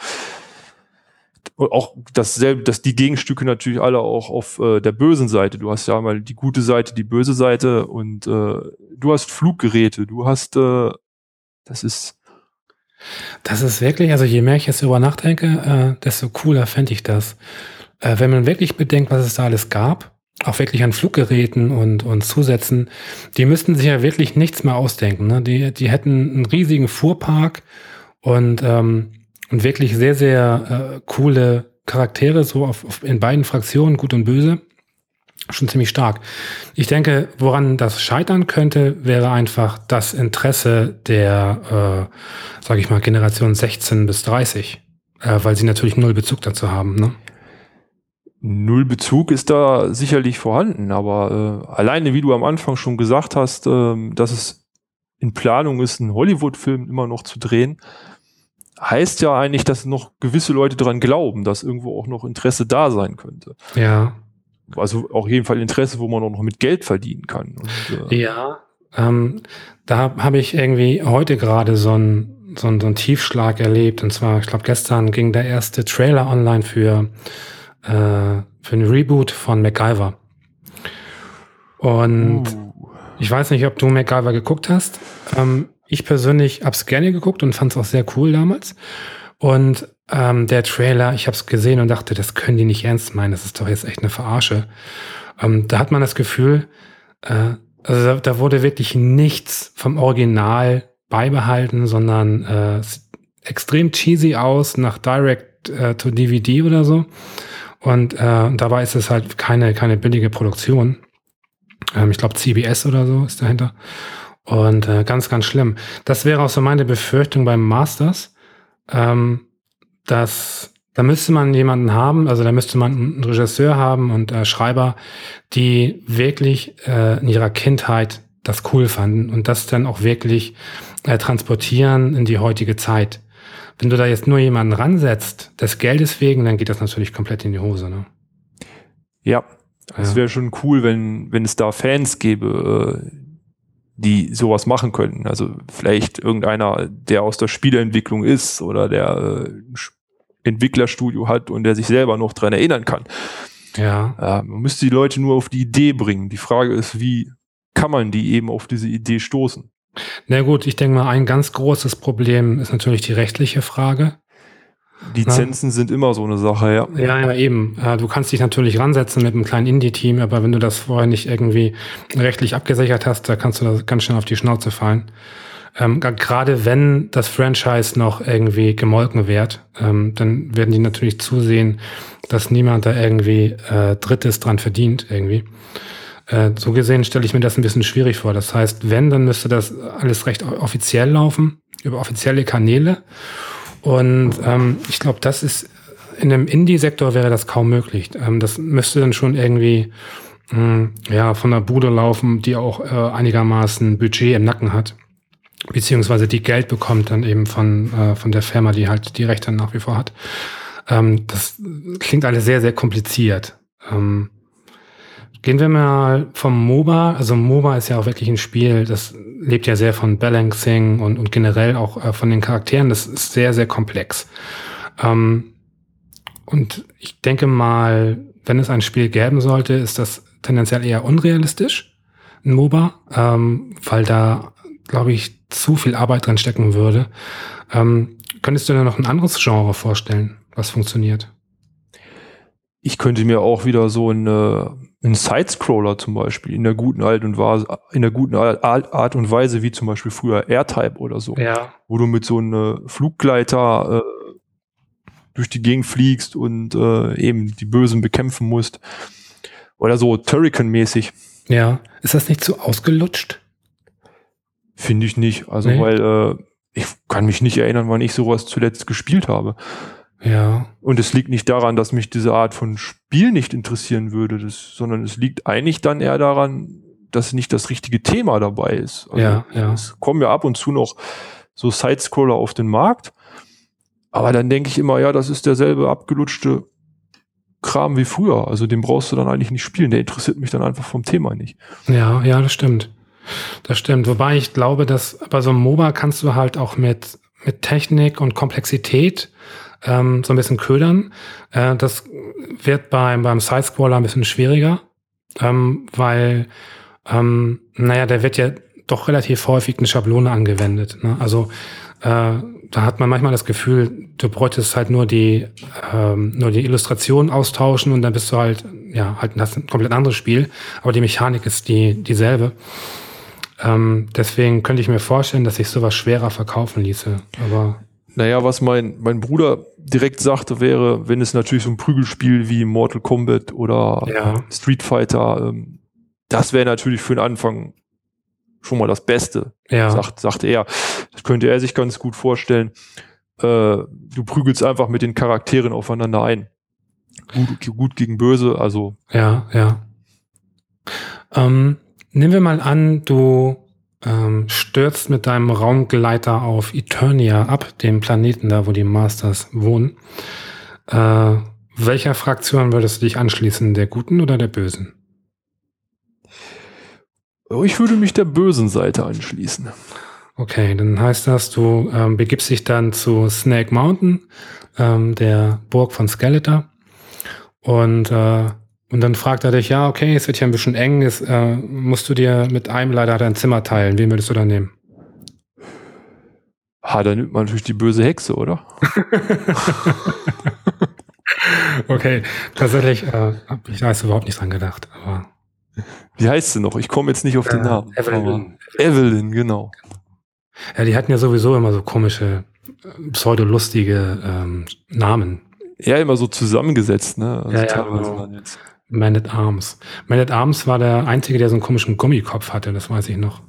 auch dasselbe, dass die Gegenstücke natürlich alle auch auf äh, der bösen Seite. Du hast ja mal die gute Seite, die böse Seite und äh, du hast Fluggeräte, du hast äh, das ist Das ist wirklich, also je mehr ich jetzt darüber nachdenke, äh, desto cooler fände ich das. Äh, wenn man wirklich bedenkt, was es da alles gab, auch wirklich an Fluggeräten und, und Zusätzen, die müssten sich ja wirklich nichts mehr ausdenken. Ne? Die, die hätten einen riesigen Fuhrpark und, ähm, und wirklich sehr, sehr äh, coole Charaktere, so auf, auf, in beiden Fraktionen, gut und böse. Schon ziemlich stark. Ich denke, woran das scheitern könnte, wäre einfach das Interesse der, äh, sage ich mal, Generation sechzehn bis dreißig, äh, weil sie natürlich null Bezug dazu haben. Ne? Null Bezug ist da sicherlich vorhanden, aber äh, alleine, wie du am Anfang schon gesagt hast, äh, dass es in Planung ist, einen Hollywood-Film immer noch zu drehen, heißt ja eigentlich, dass noch gewisse Leute daran glauben, dass irgendwo auch noch Interesse da sein könnte. Ja. Also auf jeden Fall Interesse, wo man auch noch mit Geld verdienen kann. Und, äh ja, ähm, da habe ich irgendwie heute gerade so einen so einen, so einen Tiefschlag erlebt. Und zwar, ich glaube, gestern ging der erste Trailer online für äh, für ein Reboot von MacGyver. Und uh. ich weiß nicht, ob du MacGyver geguckt hast. Ähm, ich persönlich hab's gerne geguckt und fand's auch sehr cool damals. Und ähm, der Trailer, ich habe es gesehen und dachte, das können die nicht ernst meinen, das ist doch jetzt echt eine Verarsche. Ähm, da hat man das Gefühl, äh, also da, da wurde wirklich nichts vom Original beibehalten, sondern äh, extrem cheesy aus, nach Direct äh, to D V D oder so. Und äh, dabei ist es halt keine keine billige Produktion. Ähm, ich glaube C B S oder so ist dahinter. Und äh, ganz, ganz schlimm. Das wäre auch so meine Befürchtung beim Masters. Ähm, dass da müsste man jemanden haben, also da müsste man einen Regisseur haben und äh, Schreiber, die wirklich äh, in ihrer Kindheit das cool fanden und das dann auch wirklich äh, transportieren in die heutige Zeit. Wenn du da jetzt nur jemanden ransetzt, des Geldes wegen, dann geht das natürlich komplett in die Hose, ne? Ja, es ja. wäre schon cool, wenn wenn es da Fans gäbe, äh, die sowas machen könnten. Also vielleicht irgendeiner, der aus der Spieleentwicklung ist oder der äh, Entwicklerstudio hat und der sich selber noch dran erinnern kann. Ja. Äh, man müsste die Leute nur auf die Idee bringen. Die Frage ist, wie kann man die eben auf diese Idee stoßen? Na gut, ich denke mal, ein ganz großes Problem ist natürlich die rechtliche Frage. Lizenzen ja. sind immer so eine Sache, ja. Ja, ja, eben. Du kannst dich natürlich ransetzen mit einem kleinen Indie-Team, aber wenn du das vorher nicht irgendwie rechtlich abgesichert hast, da kannst du da ganz schnell auf die Schnauze fallen. Ähm, gerade wenn das Franchise noch irgendwie gemolken wird, ähm, dann werden die natürlich zusehen, dass niemand da irgendwie äh, Drittes dran verdient irgendwie. Äh, so gesehen stelle ich mir das ein bisschen schwierig vor. Das heißt, wenn, dann müsste das alles recht offiziell laufen, über offizielle Kanäle. Und ähm, ich glaube, das ist in einem Indie-Sektor wäre das kaum möglich. Ähm, das müsste dann schon irgendwie mh, ja von einer Bude laufen, die auch äh, einigermaßen Budget im Nacken hat, beziehungsweise die Geld bekommt dann eben von äh, von der Firma, die halt die Rechte nach wie vor hat. Ähm, das klingt alles sehr, sehr kompliziert. Ähm, Gehen wir mal vom MOBA. Also MOBA ist ja auch wirklich ein Spiel, das lebt ja sehr von Balancing und, und generell auch äh, von den Charakteren. Das ist sehr, sehr komplex. Ähm, und ich denke mal, wenn es ein Spiel geben sollte, ist das tendenziell eher unrealistisch, ein MOBA, ähm, weil da, glaube ich, zu viel Arbeit drin stecken würde. Ähm, könntest du dir noch ein anderes Genre vorstellen, was funktioniert? Ich könnte mir auch wieder so eine ein Sidescroller zum Beispiel in der guten Art und Weise, in der guten Art und Weise, wie zum Beispiel früher R-Type oder so, ja. Wo du mit so einem Fluggleiter äh, durch die Gegend fliegst und äh, eben die Bösen bekämpfen musst. Oder so Turrican-mäßig. Ja. Ist das nicht zu ausgelutscht? Finde ich nicht. Also, nee. weil äh, ich kann mich nicht erinnern, wann ich sowas zuletzt gespielt habe. Ja. Und es liegt nicht daran, dass mich diese Art von Spiel nicht interessieren würde, das, sondern es liegt eigentlich dann eher daran, dass nicht das richtige Thema dabei ist. Also ja, ja. Es kommen ja ab und zu noch so Sidescroller auf den Markt, aber dann denke ich immer, ja, das ist derselbe abgelutschte Kram wie früher. Also den brauchst du dann eigentlich nicht spielen, der interessiert mich dann einfach vom Thema nicht. Ja, ja, das stimmt. Das stimmt. Wobei ich glaube, dass bei so einem MOBA kannst du halt auch mit, mit Technik und Komplexität ähm, so ein bisschen ködern. Äh, das wird beim, beim Sidescroller ein bisschen schwieriger, ähm, weil, ähm, naja, der wird ja doch relativ häufig eine Schablone angewendet. Ne? Also äh, da hat man manchmal das Gefühl, du bräuchtest halt nur die ähm, nur die Illustration austauschen und dann bist du halt, ja, halt hast ein komplett anderes Spiel, aber die Mechanik ist die dieselbe. Ähm, deswegen könnte ich mir vorstellen, dass sich sowas schwerer verkaufen ließe. Aber naja, was mein, mein Bruder direkt sagte, wäre, wenn es natürlich so ein Prügelspiel wie Mortal Kombat oder ja. Street Fighter, ähm, das wäre natürlich für den Anfang schon mal das Beste, ja. sagt, sagte er. Das könnte er sich ganz gut vorstellen. Äh, du prügelst einfach mit den Charakteren aufeinander ein. Gut, gut gegen böse, also. Ja, ja. Ähm, nehmen wir mal an, du ähm, stürzt mit deinem Raumgleiter auf Eternia ab, dem Planeten da, wo die Masters wohnen. Äh, welcher Fraktion würdest du dich anschließen, der Guten oder der Bösen? Ich würde mich der bösen Seite anschließen. Okay, dann heißt das, du ähm, begibst dich dann zu Snake Mountain, ähm, der Burg von Skeletor. Und, äh, und dann fragt er dich, ja, okay, es wird hier ein bisschen eng, jetzt, äh, musst du dir mit einem leider dein Zimmer teilen. Wen würdest du da nehmen? Ha, dann nimmt man natürlich die böse Hexe, oder? Okay, tatsächlich, äh, hab ich da jetzt überhaupt nicht dran gedacht, aber. Wie heißt sie noch? Ich komme jetzt nicht auf den äh, Namen. Evelyn. Evelyn, genau. Ja, die hatten ja sowieso immer so komische, pseudolustige ähm, Namen. Ja, immer so zusammengesetzt, ne? Also ja, ja, teilweise genau. dann jetzt. Man at Arms. Man at Arms war der Einzige, der so einen komischen Gummikopf hatte, das weiß ich noch.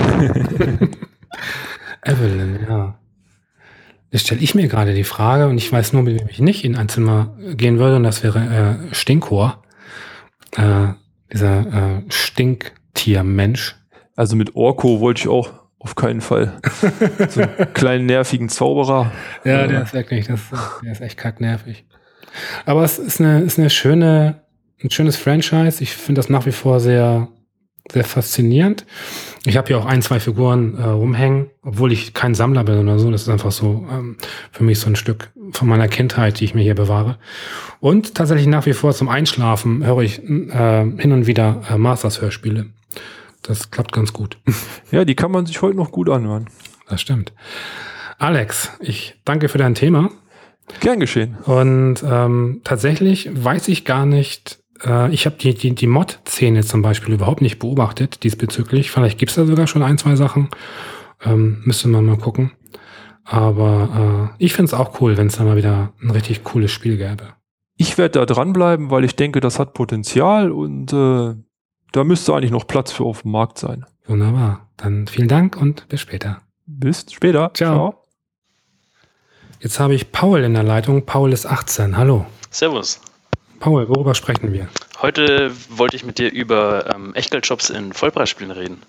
Evelyn, ja. Jetzt stelle ich mir gerade die Frage, und ich weiß nur, mit wem ich nicht in ein Zimmer gehen würde, und das wäre äh, Stinkor. Äh, dieser äh, Stinktiermensch. Also mit Orko wollte ich auch auf keinen Fall. So einen kleinen, nervigen Zauberer. Ja, der ist wirklich, das, der ist echt kacknervig. Aber es ist eine, ist eine schöne, ein schönes Franchise. Ich finde das nach wie vor sehr, sehr faszinierend. Ich habe hier auch ein, zwei Figuren äh, rumhängen, obwohl ich kein Sammler bin oder so. Das ist einfach so ähm, für mich so ein Stück von meiner Kindheit, die ich mir hier bewahre. Und tatsächlich nach wie vor zum Einschlafen höre ich äh, hin und wieder äh, Masters-Hörspiele. Das klappt ganz gut. Ja, die kann man sich heute noch gut anhören. Das stimmt. Alex, ich danke für dein Thema. Gern geschehen. Und ähm, tatsächlich weiß ich gar nicht, äh, ich habe die, die, die Mod-Szene zum Beispiel überhaupt nicht beobachtet diesbezüglich. Vielleicht gibt es da sogar schon ein, zwei Sachen. Ähm, müsste man mal gucken. Aber äh, ich finde es auch cool, wenn es da mal wieder ein richtig cooles Spiel gäbe. Ich werde da dranbleiben, weil ich denke, das hat Potenzial und äh, da müsste eigentlich noch Platz für auf dem Markt sein. Wunderbar. Dann vielen Dank und bis später. Bis später. Ciao. Ciao. Jetzt habe ich Paul in der Leitung. Paul ist achtzehn. Hallo. Servus. Paul, worüber sprechen wir? Heute wollte ich mit dir über ähm, Echtgeldjobs in Vollpreisspielen reden.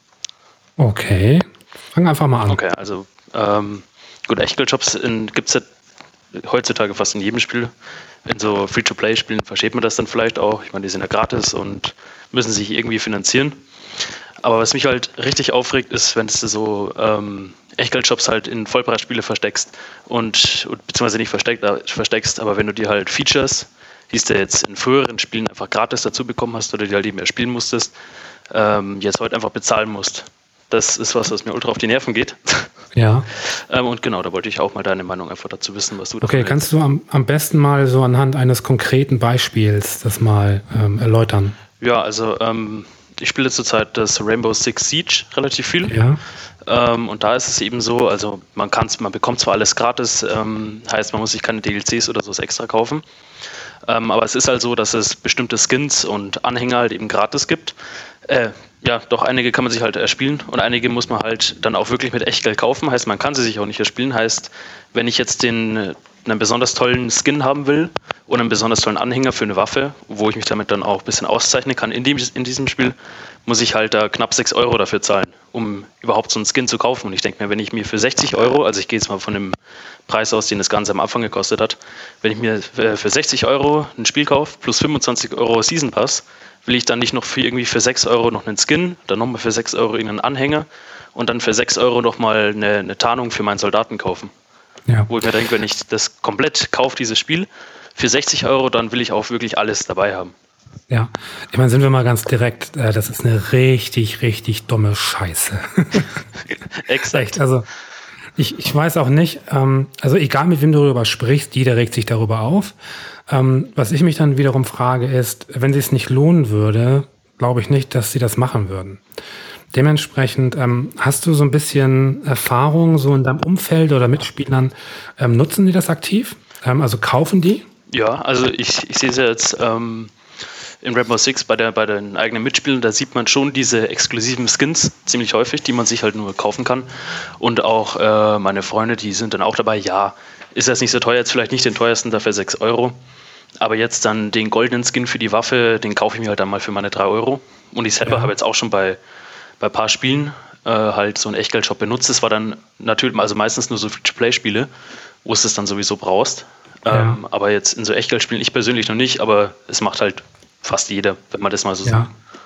Okay. Fang einfach mal an. Okay, also ähm, gut, Echtgeldjobs gibt es ja heutzutage fast in jedem Spiel. In so Free-to-Play-Spielen versteht man das dann vielleicht auch. Ich meine, die sind ja gratis und müssen sich irgendwie finanzieren. Aber was mich halt richtig aufregt, ist, wenn du so ähm, Echtgeldshops halt in Vollpreisspiele versteckst und, und beziehungsweise nicht versteckt, äh, versteckst, aber wenn du dir halt Features, die du jetzt in früheren Spielen einfach gratis dazu bekommen hast oder die halt eben erspielen musstest, ähm, jetzt heute einfach bezahlen musst. Das ist was, was mir ultra auf die Nerven geht. Ja. ähm, und genau, da wollte ich auch mal deine Meinung einfach dazu wissen, was du davon Okay, kannst du am, am besten mal so anhand eines konkreten Beispiels das mal ähm, erläutern? Ja, also ähm, ich spiele zurzeit das Rainbow Six Siege relativ viel. Ja. Ähm, und da ist es eben so, also man kann's, man bekommt zwar alles gratis, ähm, heißt man muss sich keine D L Cs oder so extra kaufen. Ähm, aber es ist halt so, dass es bestimmte Skins und Anhänger halt eben gratis gibt. Äh, ja, doch einige kann man sich halt erspielen und einige muss man halt dann auch wirklich mit Echtgeld kaufen. Heißt, man kann sie sich auch nicht erspielen. Heißt, wenn ich jetzt den, einen besonders tollen Skin haben will oder einen besonders tollen Anhänger für eine Waffe, wo ich mich damit dann auch ein bisschen auszeichnen kann in, dem, in diesem Spiel, muss ich halt da knapp sechs Euro dafür zahlen, um überhaupt so einen Skin zu kaufen. Und ich denke mir, wenn ich mir für sechzig Euro, also ich gehe jetzt mal von dem Preis aus, den das Ganze am Anfang gekostet hat, wenn ich mir für sechzig Euro ein Spiel kaufe, plus fünfundzwanzig Euro Season Pass, will ich dann nicht noch für irgendwie für sechs Euro noch einen Skin, dann nochmal für sechs Euro irgendeinen Anhänger und dann für sechs Euro nochmal eine, eine Tarnung für meinen Soldaten kaufen. Ja. Wo ich mir denke, wenn ich das komplett kaufe, dieses Spiel, für sechzig Euro, dann will ich auch wirklich alles dabei haben. Ja, ich meine, sind wir mal ganz direkt, äh, das ist eine richtig, richtig dumme Scheiße. Exakt. Also ich, ich weiß auch nicht, ähm, also egal mit wem du darüber sprichst, jeder regt sich darüber auf. Ähm, was ich mich dann wiederum frage ist, wenn sie es nicht lohnen würde, glaube ich nicht, dass sie das machen würden. Dementsprechend, ähm, hast du so ein bisschen Erfahrung so in deinem Umfeld oder Mitspielern, ähm, nutzen die das aktiv? Ähm, also kaufen die? Ja, also ich, ich sehe es ja jetzt ähm, in Rainbow Six bei, der, bei den eigenen Mitspielern, da sieht man schon diese exklusiven Skins ziemlich häufig, die man sich halt nur kaufen kann. Und auch äh, meine Freunde, die sind dann auch dabei, ja, ist das nicht so teuer, jetzt vielleicht nicht den teuersten, dafür sechs Euro. Aber jetzt dann den goldenen Skin für die Waffe, den kaufe ich mir halt dann mal für meine drei Euro. Und ich selber Ja. habe jetzt auch schon bei bei ein paar Spielen äh, halt so einen Echtgeldshop benutzt. Das war dann natürlich, also meistens nur so Free-to-Play-Spiele, wo es das dann sowieso brauchst. Ja. Ähm, aber jetzt in so Echtgeldspielen, ich persönlich noch nicht, aber es macht halt fast jeder, wenn man das mal so Ja.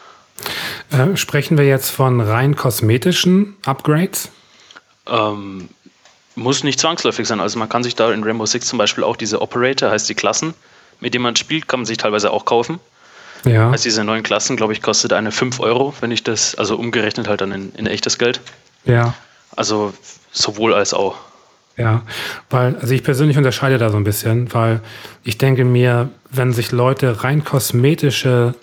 sagt. Äh, sprechen wir jetzt von rein kosmetischen Upgrades? Ähm, muss nicht zwangsläufig sein. Also man kann sich da in Rainbow Six zum Beispiel auch diese Operator, heißt die Klassen, mit denen man spielt, kann man sich teilweise auch kaufen. Ja. Also diese neuen Klassen, glaube ich, kostet eine fünf Euro, wenn ich das, also umgerechnet halt dann in, in echtes Geld. Ja. Also sowohl als auch. Ja, weil, also ich persönlich unterscheide da so ein bisschen, weil ich denke mir, wenn sich Leute rein kosmetische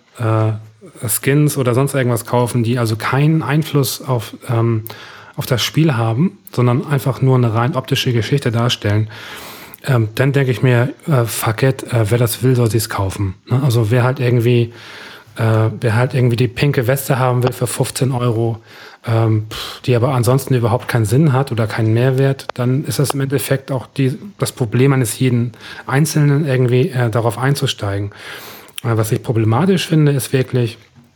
äh, Skins oder sonst irgendwas kaufen, die also keinen Einfluss auf, ähm, auf das Spiel haben, sondern einfach nur eine rein optische Geschichte darstellen, ähm, dann denke ich mir, äh, fuck it, äh, wer das will, soll sich's kaufen. Ne? Also wer halt irgendwie, äh, wer halt irgendwie die pinke Weste haben will für fünfzehn Euro, ähm, pff, die aber ansonsten überhaupt keinen Sinn hat oder keinen Mehrwert, dann ist das im Endeffekt auch die, das Problem eines jeden Einzelnen, irgendwie äh, darauf einzusteigen. Äh, was ich problematisch finde, ist wirklich,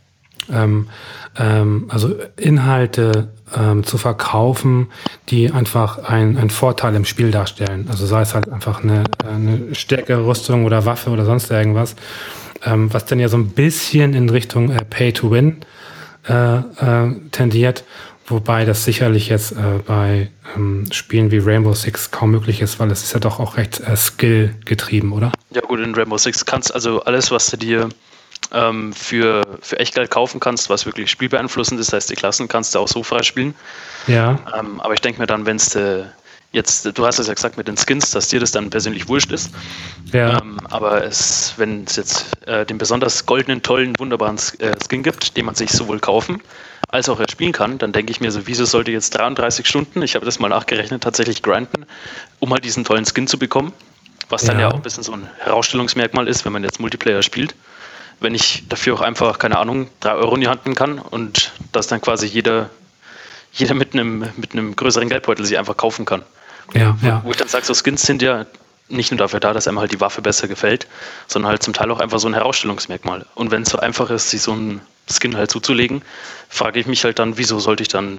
ähm, ähm, also Inhalte ähm, zu verkaufen, die einfach ein, einen Vorteil im Spiel darstellen. Also sei es halt einfach eine, eine stärkere Rüstung oder Waffe oder sonst irgendwas, ähm, was dann ja so ein bisschen in Richtung äh, Pay-to-Win äh, äh, tendiert, wobei das sicherlich jetzt äh, bei ähm, Spielen wie Rainbow Six kaum möglich ist, weil es ist ja doch auch recht äh, skill-getrieben, oder? Ja gut, in Rainbow Six kannst also alles, was du dir ähm, für, für Echtgeld kaufen kannst, was wirklich spielbeeinflussend ist, das heißt die Klassen kannst du auch so freispielen. Ja. Ähm, aber ich denke mir dann, wenn es äh, jetzt, du hast es ja gesagt mit den Skins, dass dir das dann persönlich wurscht ist. Ja. Ähm, aber es, wenn es jetzt äh, den besonders goldenen, tollen, wunderbaren äh, Skin gibt, den man sich sowohl kaufen als auch erspielen kann, dann denke ich mir so, wieso sollte jetzt dreiunddreißig Stunden, ich habe das mal nachgerechnet, tatsächlich grinden, um halt diesen tollen Skin zu bekommen, was dann Ja. ja auch ein bisschen so ein Herausstellungsmerkmal ist, wenn man jetzt Multiplayer spielt. Wenn ich dafür auch einfach, keine Ahnung, drei Euro in die Hand nehmen kann und das dann quasi jeder, jeder mit einem, mit einem größeren Geldbeutel sich einfach kaufen kann. Ja, ja. Wo ich dann sage, so Skins sind ja nicht nur dafür da, dass einem halt die Waffe besser gefällt, sondern halt zum Teil auch einfach so ein Herausstellungsmerkmal. Und wenn es so einfach ist, sich so einen Skin halt zuzulegen, frage ich mich halt dann, wieso sollte ich dann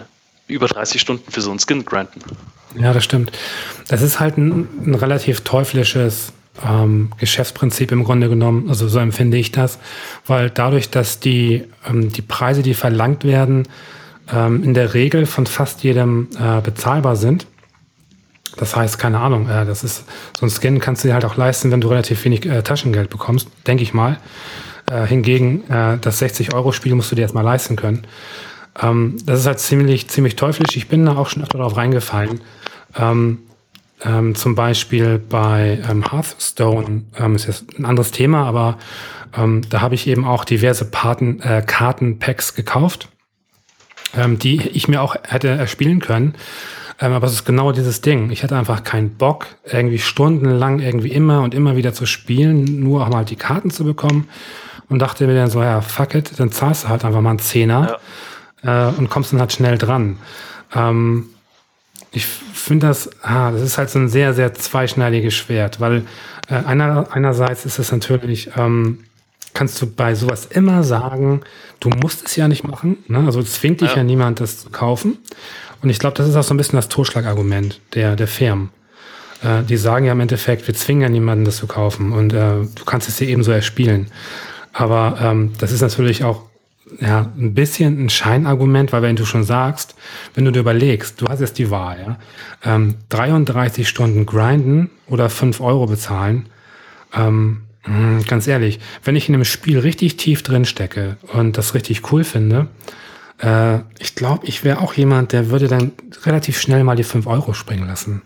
über dreißig Stunden für so einen Skin grinden. Ja, das stimmt. Das ist halt ein, ein relativ teuflisches ähm, Geschäftsprinzip im Grunde genommen. Also so empfinde ich das, weil dadurch, dass die, ähm, die Preise, die verlangt werden, ähm, in der Regel von fast jedem äh, bezahlbar sind. Das heißt, keine Ahnung, äh, das ist so ein Skin kannst du dir halt auch leisten, wenn du relativ wenig äh, Taschengeld bekommst, denke ich mal. Äh, hingegen äh, das sechzig-Euro-Spiel musst du dir jetzt mal leisten können. Ähm, das ist halt ziemlich, ziemlich teuflisch. Ich bin da auch schon öfter drauf reingefallen. Ähm, ähm, zum Beispiel bei ähm, Hearthstone, ähm, ist jetzt ein anderes Thema, aber ähm, da habe ich eben auch diverse Paten, äh, Kartenpacks gekauft, ähm, die ich mir auch hätte erspielen können. Ähm, aber es ist genau dieses Ding. Ich hatte einfach keinen Bock, irgendwie stundenlang irgendwie immer und immer wieder zu spielen, nur auch mal die Karten zu bekommen und dachte mir dann so, ja, fuck it, dann zahlst du halt einfach mal einen Zehner ja. äh, und kommst dann halt schnell dran. Ähm, ich finde das, ah, das ist halt so ein sehr, sehr zweischneidiges Schwert, weil äh, einer, einerseits ist es natürlich, ähm, kannst du bei sowas immer sagen, du musst es ja nicht machen, ne? Also zwingt dich ja. ja niemand, das zu kaufen. Und ich glaube, das ist auch so ein bisschen das Totschlagargument der, der Firmen. Äh, die sagen ja im Endeffekt, wir zwingen ja niemanden, das zu kaufen und äh, du kannst es dir ebenso erspielen. Aber ähm, das ist natürlich auch ja, ein bisschen ein Scheinargument, weil wenn du schon sagst, wenn du dir überlegst, du hast jetzt die Wahl, ja, ähm, dreiunddreißig Stunden grinden oder fünf Euro bezahlen, ähm, mh, ganz ehrlich, wenn ich in einem Spiel richtig tief drin stecke und das richtig cool finde, äh, ich glaube, ich wäre auch jemand, der würde dann relativ schnell mal die fünf Euro springen lassen.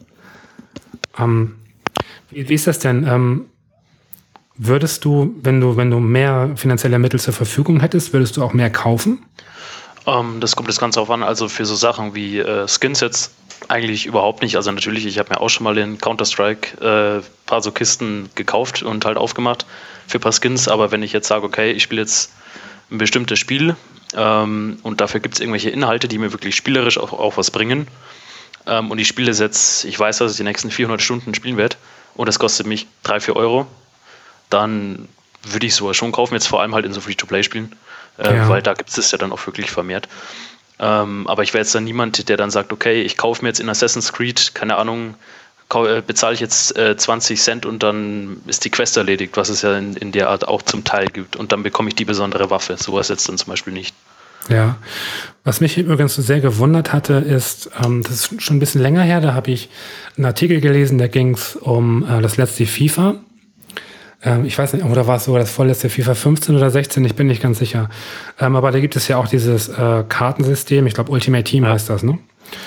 Ähm, wie, wie ist das denn? Ähm, Würdest du, wenn du, wenn du mehr finanzielle Mittel zur Verfügung hättest, würdest du auch mehr kaufen? Um, das kommt das Ganze auf an. Also für so Sachen wie äh, Skins jetzt eigentlich überhaupt nicht. Also natürlich, ich habe mir auch schon mal in Counter-Strike äh, paar so Kisten gekauft und halt aufgemacht für ein paar Skins. Aber wenn ich jetzt sage, okay, ich spiele jetzt ein bestimmtes Spiel ähm, und dafür gibt es irgendwelche Inhalte, die mir wirklich spielerisch auch, auch was bringen ähm, und ich spiele jetzt, ich weiß, dass ich die nächsten vierhundert Stunden spielen werde und das kostet mich drei, vier Euro, dann würde ich sowas schon kaufen, jetzt vor allem halt in so Free-to-Play-Spielen, äh, ja. weil da gibt es es ja dann auch wirklich vermehrt. Ähm, aber ich wäre jetzt dann niemand, der dann sagt, okay, ich kaufe mir jetzt in Assassin's Creed, keine Ahnung, kau- äh, bezahle ich jetzt äh, zwanzig Cent und dann ist die Quest erledigt, was es ja in, in der Art auch zum Teil gibt und dann bekomme ich die besondere Waffe. Sowas jetzt dann zum Beispiel nicht. Ja, was mich übrigens so sehr gewundert hatte, ist, ähm, das ist schon ein bisschen länger her, da habe ich einen Artikel gelesen, da ging es um äh, das letzte FIFA. Ich weiß nicht, oder war es sogar das vorletzte FIFA fünfzehn oder sechzehn, ich bin nicht ganz sicher. Ähm, aber da gibt es ja auch dieses äh, Kartensystem, ich glaube Ultimate Team ja. heißt das, ne?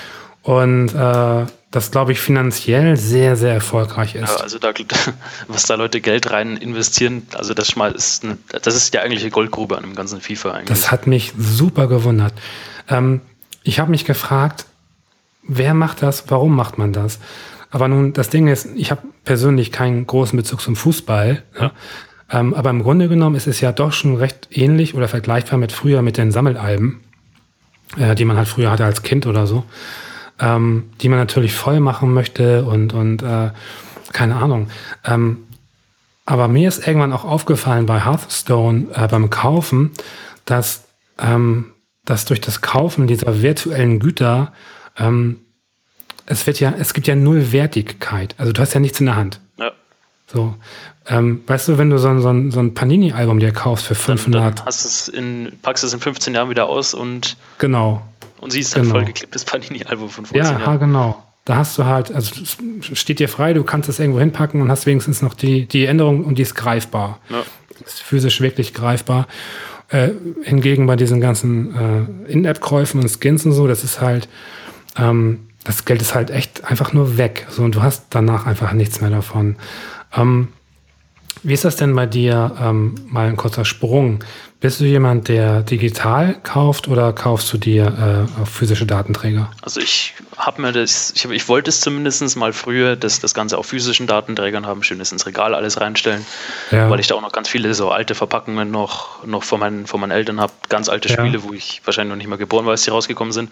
Und äh, das, glaube ich, finanziell sehr, sehr erfolgreich ist. Ja, also da, was da Leute Geld rein investieren, also das ist, eine, das ist die eigentliche Goldgrube an dem ganzen FIFA eigentlich. Das hat mich super gewundert. Ähm, ich habe mich gefragt, wer macht das, warum macht man das? Aber nun, das Ding ist, ich habe persönlich keinen großen Bezug zum Fußball. Ja. Ähm, aber im Grunde genommen ist es ja doch schon recht ähnlich oder vergleichbar mit früher mit den Sammelalben, äh, die man halt früher hatte als Kind oder so, ähm, die man natürlich voll machen möchte und, und äh, keine Ahnung. Ähm, aber mir ist irgendwann auch aufgefallen bei Hearthstone äh, beim Kaufen, dass, ähm, dass durch das Kaufen dieser virtuellen Güter ähm, Es wird ja, es gibt ja null Wertigkeit. Also du hast ja nichts in der Hand. Ja. So, ähm, weißt du, wenn du so ein, so ein, so ein Panini-Album dir kaufst für fünfhundert, dann, dann hast es in, packst es in fünfzehn Jahren wieder aus und genau und siehst ein genau. vollgeklipptes Panini-Album von vierzehn Jahren. Ja, genau. Da hast du halt, also es steht dir frei, du kannst es irgendwo hinpacken und hast wenigstens noch die die Änderung und die ist greifbar. Ja. Ist physisch wirklich greifbar. Äh, hingegen bei diesen ganzen äh, In-App-Käufen und Skins und so, das ist halt ähm, das Geld ist halt echt einfach nur weg. So, und du hast danach einfach nichts mehr davon. Ähm, wie ist das denn bei dir? Ähm, mal ein kurzer Sprung. Bist du jemand, der digital kauft oder kaufst du dir äh, physische Datenträger? Also ich habe mir das, ich, hab, ich wollte es zumindest mal früher, dass das Ganze auf physischen Datenträgern haben, schönes ins Regal alles reinstellen, ja. weil ich da auch noch ganz viele so alte Verpackungen noch, noch von, meinen, von meinen Eltern habe, ganz alte Spiele, ja. wo ich wahrscheinlich noch nicht mal geboren war, als die rausgekommen sind.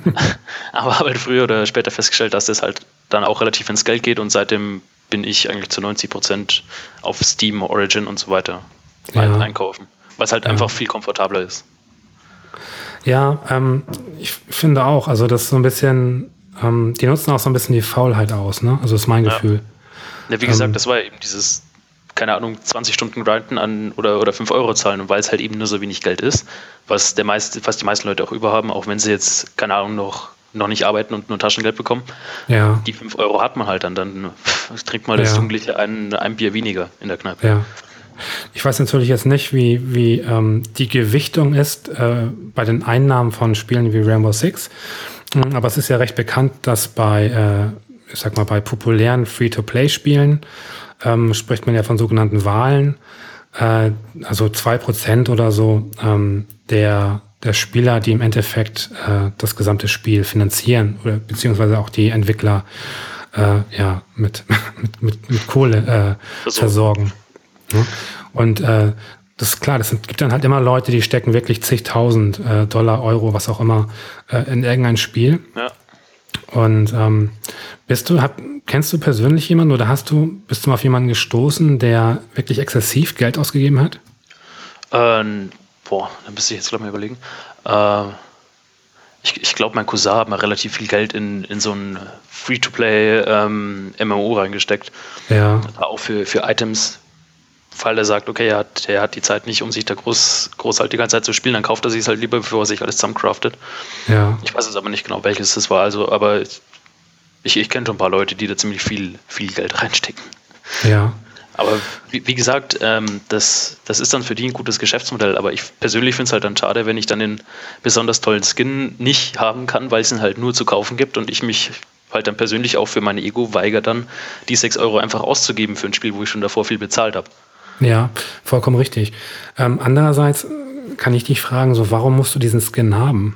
Aber habe halt früher oder später festgestellt, dass das halt dann auch relativ ins Geld geht und seitdem bin ich eigentlich zu neunzig Prozent auf Steam, Origin und so weiter ja. einkaufen. Weil es halt ja. einfach viel komfortabler ist. Ja, ähm, ich finde auch, also das ist so ein bisschen, ähm, die nutzen auch so ein bisschen die Faulheit aus, ne? Also das ist mein Ja. Gefühl. Ja, wie gesagt, Ähm, das war eben dieses, keine Ahnung, zwanzig Stunden grinden an oder, oder fünf Euro zahlen, und weil es halt eben nur so wenig Geld ist, was der meiste, was die meisten Leute auch überhaben, auch wenn sie jetzt, keine Ahnung, noch, noch nicht arbeiten und nur Taschengeld bekommen. Ja, Die fünf Euro hat man halt dann, dann pff, trinkt mal das Ja. Jugendliche ein, ein Bier weniger in der Kneipe. ja. Ich weiß natürlich jetzt nicht, wie, wie ähm, die Gewichtung ist äh, bei den Einnahmen von Spielen wie Rainbow Six. Mm, Aber es ist ja recht bekannt, dass bei, äh, ich sag mal, bei populären Free-to-Play-Spielen ähm, spricht man ja von sogenannten Wahlen. Äh, also zwei Prozent oder so ähm, der, der Spieler, die im Endeffekt äh, das gesamte Spiel finanzieren oder beziehungsweise auch die Entwickler äh, ja, mit, mit, mit, mit Kohle äh, So. versorgen. Ja. Und äh, das ist klar, das sind, gibt dann halt immer Leute, die stecken wirklich zigtausend äh, Dollar, Euro, was auch immer, äh, in irgendein Spiel. Ja. Und ähm, bist du, hab, kennst du persönlich jemanden oder hast du, bist du mal auf jemanden gestoßen, der wirklich exzessiv Geld ausgegeben hat? Ähm, boah, da müsste ich jetzt gleich mal überlegen. Äh, ich ich glaube, mein Cousin hat mal relativ viel Geld in, in so ein Free-to-Play ähm, M M O reingesteckt. Ja, Auch für, für Items, weil er sagt, okay, er hat, er hat die Zeit nicht, um sich da groß, groß halt die ganze Zeit zu spielen, dann kauft er sich es halt lieber, bevor er sich alles zusammencraftet. ja, Ich weiß jetzt aber nicht genau, welches das war, also, aber ich, ich kenne schon ein paar Leute, die da ziemlich viel, viel Geld reinstecken. ja, Aber wie, wie gesagt, ähm, das, das ist dann für die ein gutes Geschäftsmodell, aber ich persönlich finde es halt dann schade, wenn ich dann den besonders tollen Skin nicht haben kann, weil es ihn halt nur zu kaufen gibt und ich mich halt dann persönlich auch für mein Ego weigere dann, die sechs Euro einfach auszugeben für ein Spiel, wo ich schon davor viel bezahlt habe. ja, vollkommen richtig. Ähm, andererseits äh, kann ich dich fragen, so, warum musst du diesen Skin haben?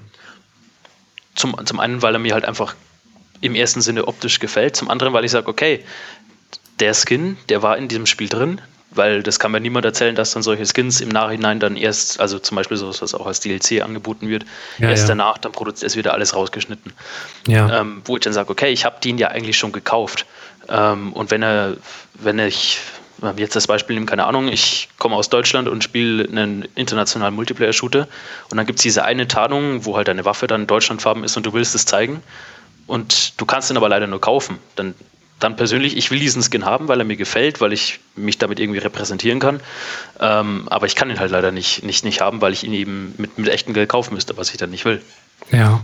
Zum, zum einen, weil er mir halt einfach im ersten Sinne optisch gefällt, zum anderen, weil ich sage, okay, der Skin, der war in diesem Spiel drin, weil das kann mir niemand erzählen, dass dann solche Skins im Nachhinein dann erst, also zum Beispiel sowas, was auch als D L C angeboten wird, Ja, erst ja. danach, dann produziert es wieder alles rausgeschnitten. Ja, Ähm, wo ich dann sage, okay, ich habe den ja eigentlich schon gekauft. Ähm, und wenn er, wenn ich, wenn wir jetzt das Beispiel nehmen, keine Ahnung, ich komme aus Deutschland und spiele einen internationalen Multiplayer-Shooter und dann gibt es diese eine Tarnung, wo halt deine Waffe dann Deutschlandfarben ist und du willst es zeigen und du kannst den aber leider nur kaufen. Dann, dann persönlich, ich will diesen Skin haben, weil er mir gefällt, weil ich mich damit irgendwie repräsentieren kann. Ähm, aber ich kann ihn halt leider nicht, nicht, nicht haben, weil ich ihn eben mit, mit echtem Geld kaufen müsste, was ich dann nicht will. ja.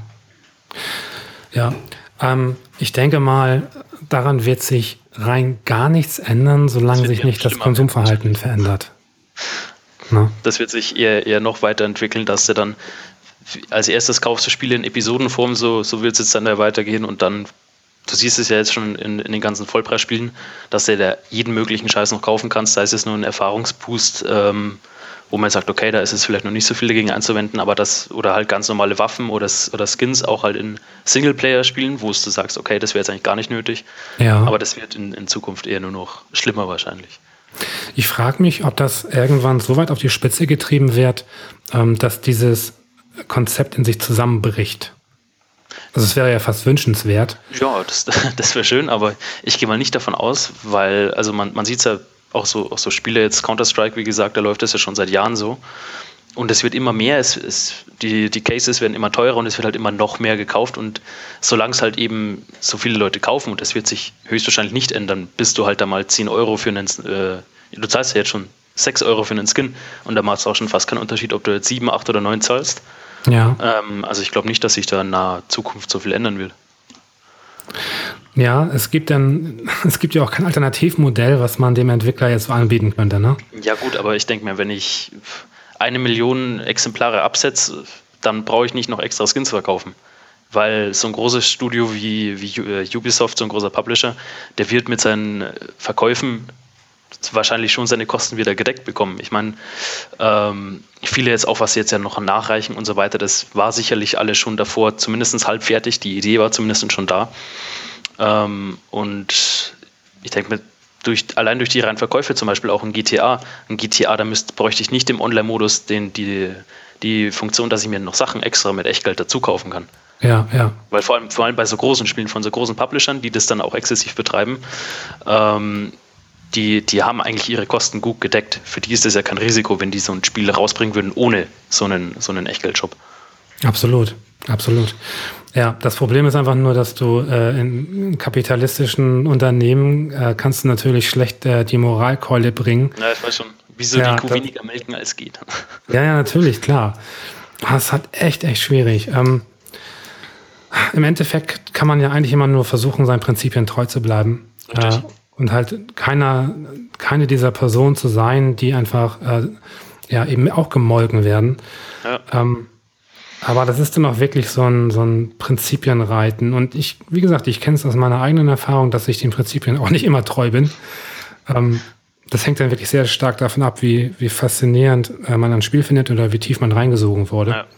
Ja, ähm, ich denke mal, daran wird sich rein gar nichts ändern, solange wird sich eher nicht das schlimmer Konsumverhalten verändert. Ne? Das wird sich eher, eher noch weiterentwickeln, dass du dann als erstes kaufst du Spiele in Episodenform, so, so wird es jetzt dann da weitergehen und dann, du siehst es ja jetzt schon in, in den ganzen Vollpreisspielen, dass du da jeden möglichen Scheiß noch kaufen kannst, sei es jetzt nur ein Erfahrungsboost, ähm, wo man sagt, okay, da ist es vielleicht noch nicht so viel dagegen einzuwenden, aber das, oder halt ganz normale Waffen oder, oder Skins auch halt in Singleplayer-Spielen, wo du sagst, okay, das wäre jetzt eigentlich gar nicht nötig, Ja. aber das wird in, in Zukunft eher nur noch schlimmer wahrscheinlich. Ich frage mich, ob das irgendwann so weit auf die Spitze getrieben wird, ähm, dass dieses Konzept in sich zusammenbricht. Also es wäre ja fast wünschenswert. Ja, das, das wäre schön, aber ich gehe mal nicht davon aus, weil, also man, man sieht es ja auch so, auch so Spiele, jetzt Counter-Strike, wie gesagt, da läuft das ja schon seit Jahren so. Und es wird immer mehr, es, es, die, die Cases werden immer teurer und es wird halt immer noch mehr gekauft. Und solange es halt eben so viele Leute kaufen, und das wird sich höchstwahrscheinlich nicht ändern, bis du halt da mal zehn Euro für einen, äh, du zahlst ja jetzt schon sechs Euro für einen Skin und da macht es auch schon fast keinen Unterschied, ob du jetzt sieben, acht oder neun zahlst. Ja. Ähm, also ich glaube nicht, dass sich da in naher Zukunft so viel ändern wird. Ja, es gibt dann, es gibt ja auch kein Alternativmodell, was man dem Entwickler jetzt so anbieten könnte, ne? Ja gut, aber ich denke mir, wenn ich eine Million Exemplare absetze, dann brauche ich nicht noch extra Skins verkaufen. Weil so ein großes Studio wie, wie Ubisoft, so ein großer Publisher, der wird mit seinen Verkäufen wahrscheinlich schon seine Kosten wieder gedeckt bekommen. Ich meine, ähm, viele jetzt auch, was sie jetzt ja noch nachreichen und so weiter, das war sicherlich alles schon davor zumindest halb fertig. Die Idee war zumindest schon da. Ähm, und ich denke mir, durch, allein durch die reinen Verkäufe, zum Beispiel auch ein G T A, ein G T A, da müsst, bräuchte ich nicht im Online-Modus den, die, die Funktion, dass ich mir noch Sachen extra mit Echtgeld dazu kaufen kann. Ja, ja. Weil vor allem, vor allem bei so großen Spielen von so großen Publishern, die das dann auch exzessiv betreiben, ähm, die, die haben eigentlich ihre Kosten gut gedeckt. Für die ist das ja kein Risiko, wenn die so ein Spiel rausbringen würden ohne so einen, so einen Echtgeldshop. Absolut, absolut. Ja, das Problem ist einfach nur, dass du äh, in kapitalistischen Unternehmen äh, kannst du natürlich schlecht äh, die Moralkeule bringen. Ja, ich weiß schon. Wieso ja, die Kuh das, weniger melken als geht. Ja, ja, natürlich, klar. Das ist halt echt, echt schwierig. Ähm, Im Endeffekt kann man ja eigentlich immer nur versuchen, seinen Prinzipien treu zu bleiben. Äh, und halt keiner, keine dieser Personen zu sein, die einfach äh, ja eben auch gemolken werden. Ja. Ähm, aber das ist dann auch wirklich so ein, so ein Prinzipienreiten. Und ich, wie gesagt, ich kenne es aus meiner eigenen Erfahrung, dass ich den Prinzipien auch nicht immer treu bin. Ähm, das hängt dann wirklich sehr stark davon ab, wie, wie faszinierend äh, man ein Spiel findet oder wie tief man reingesogen wurde. Ja.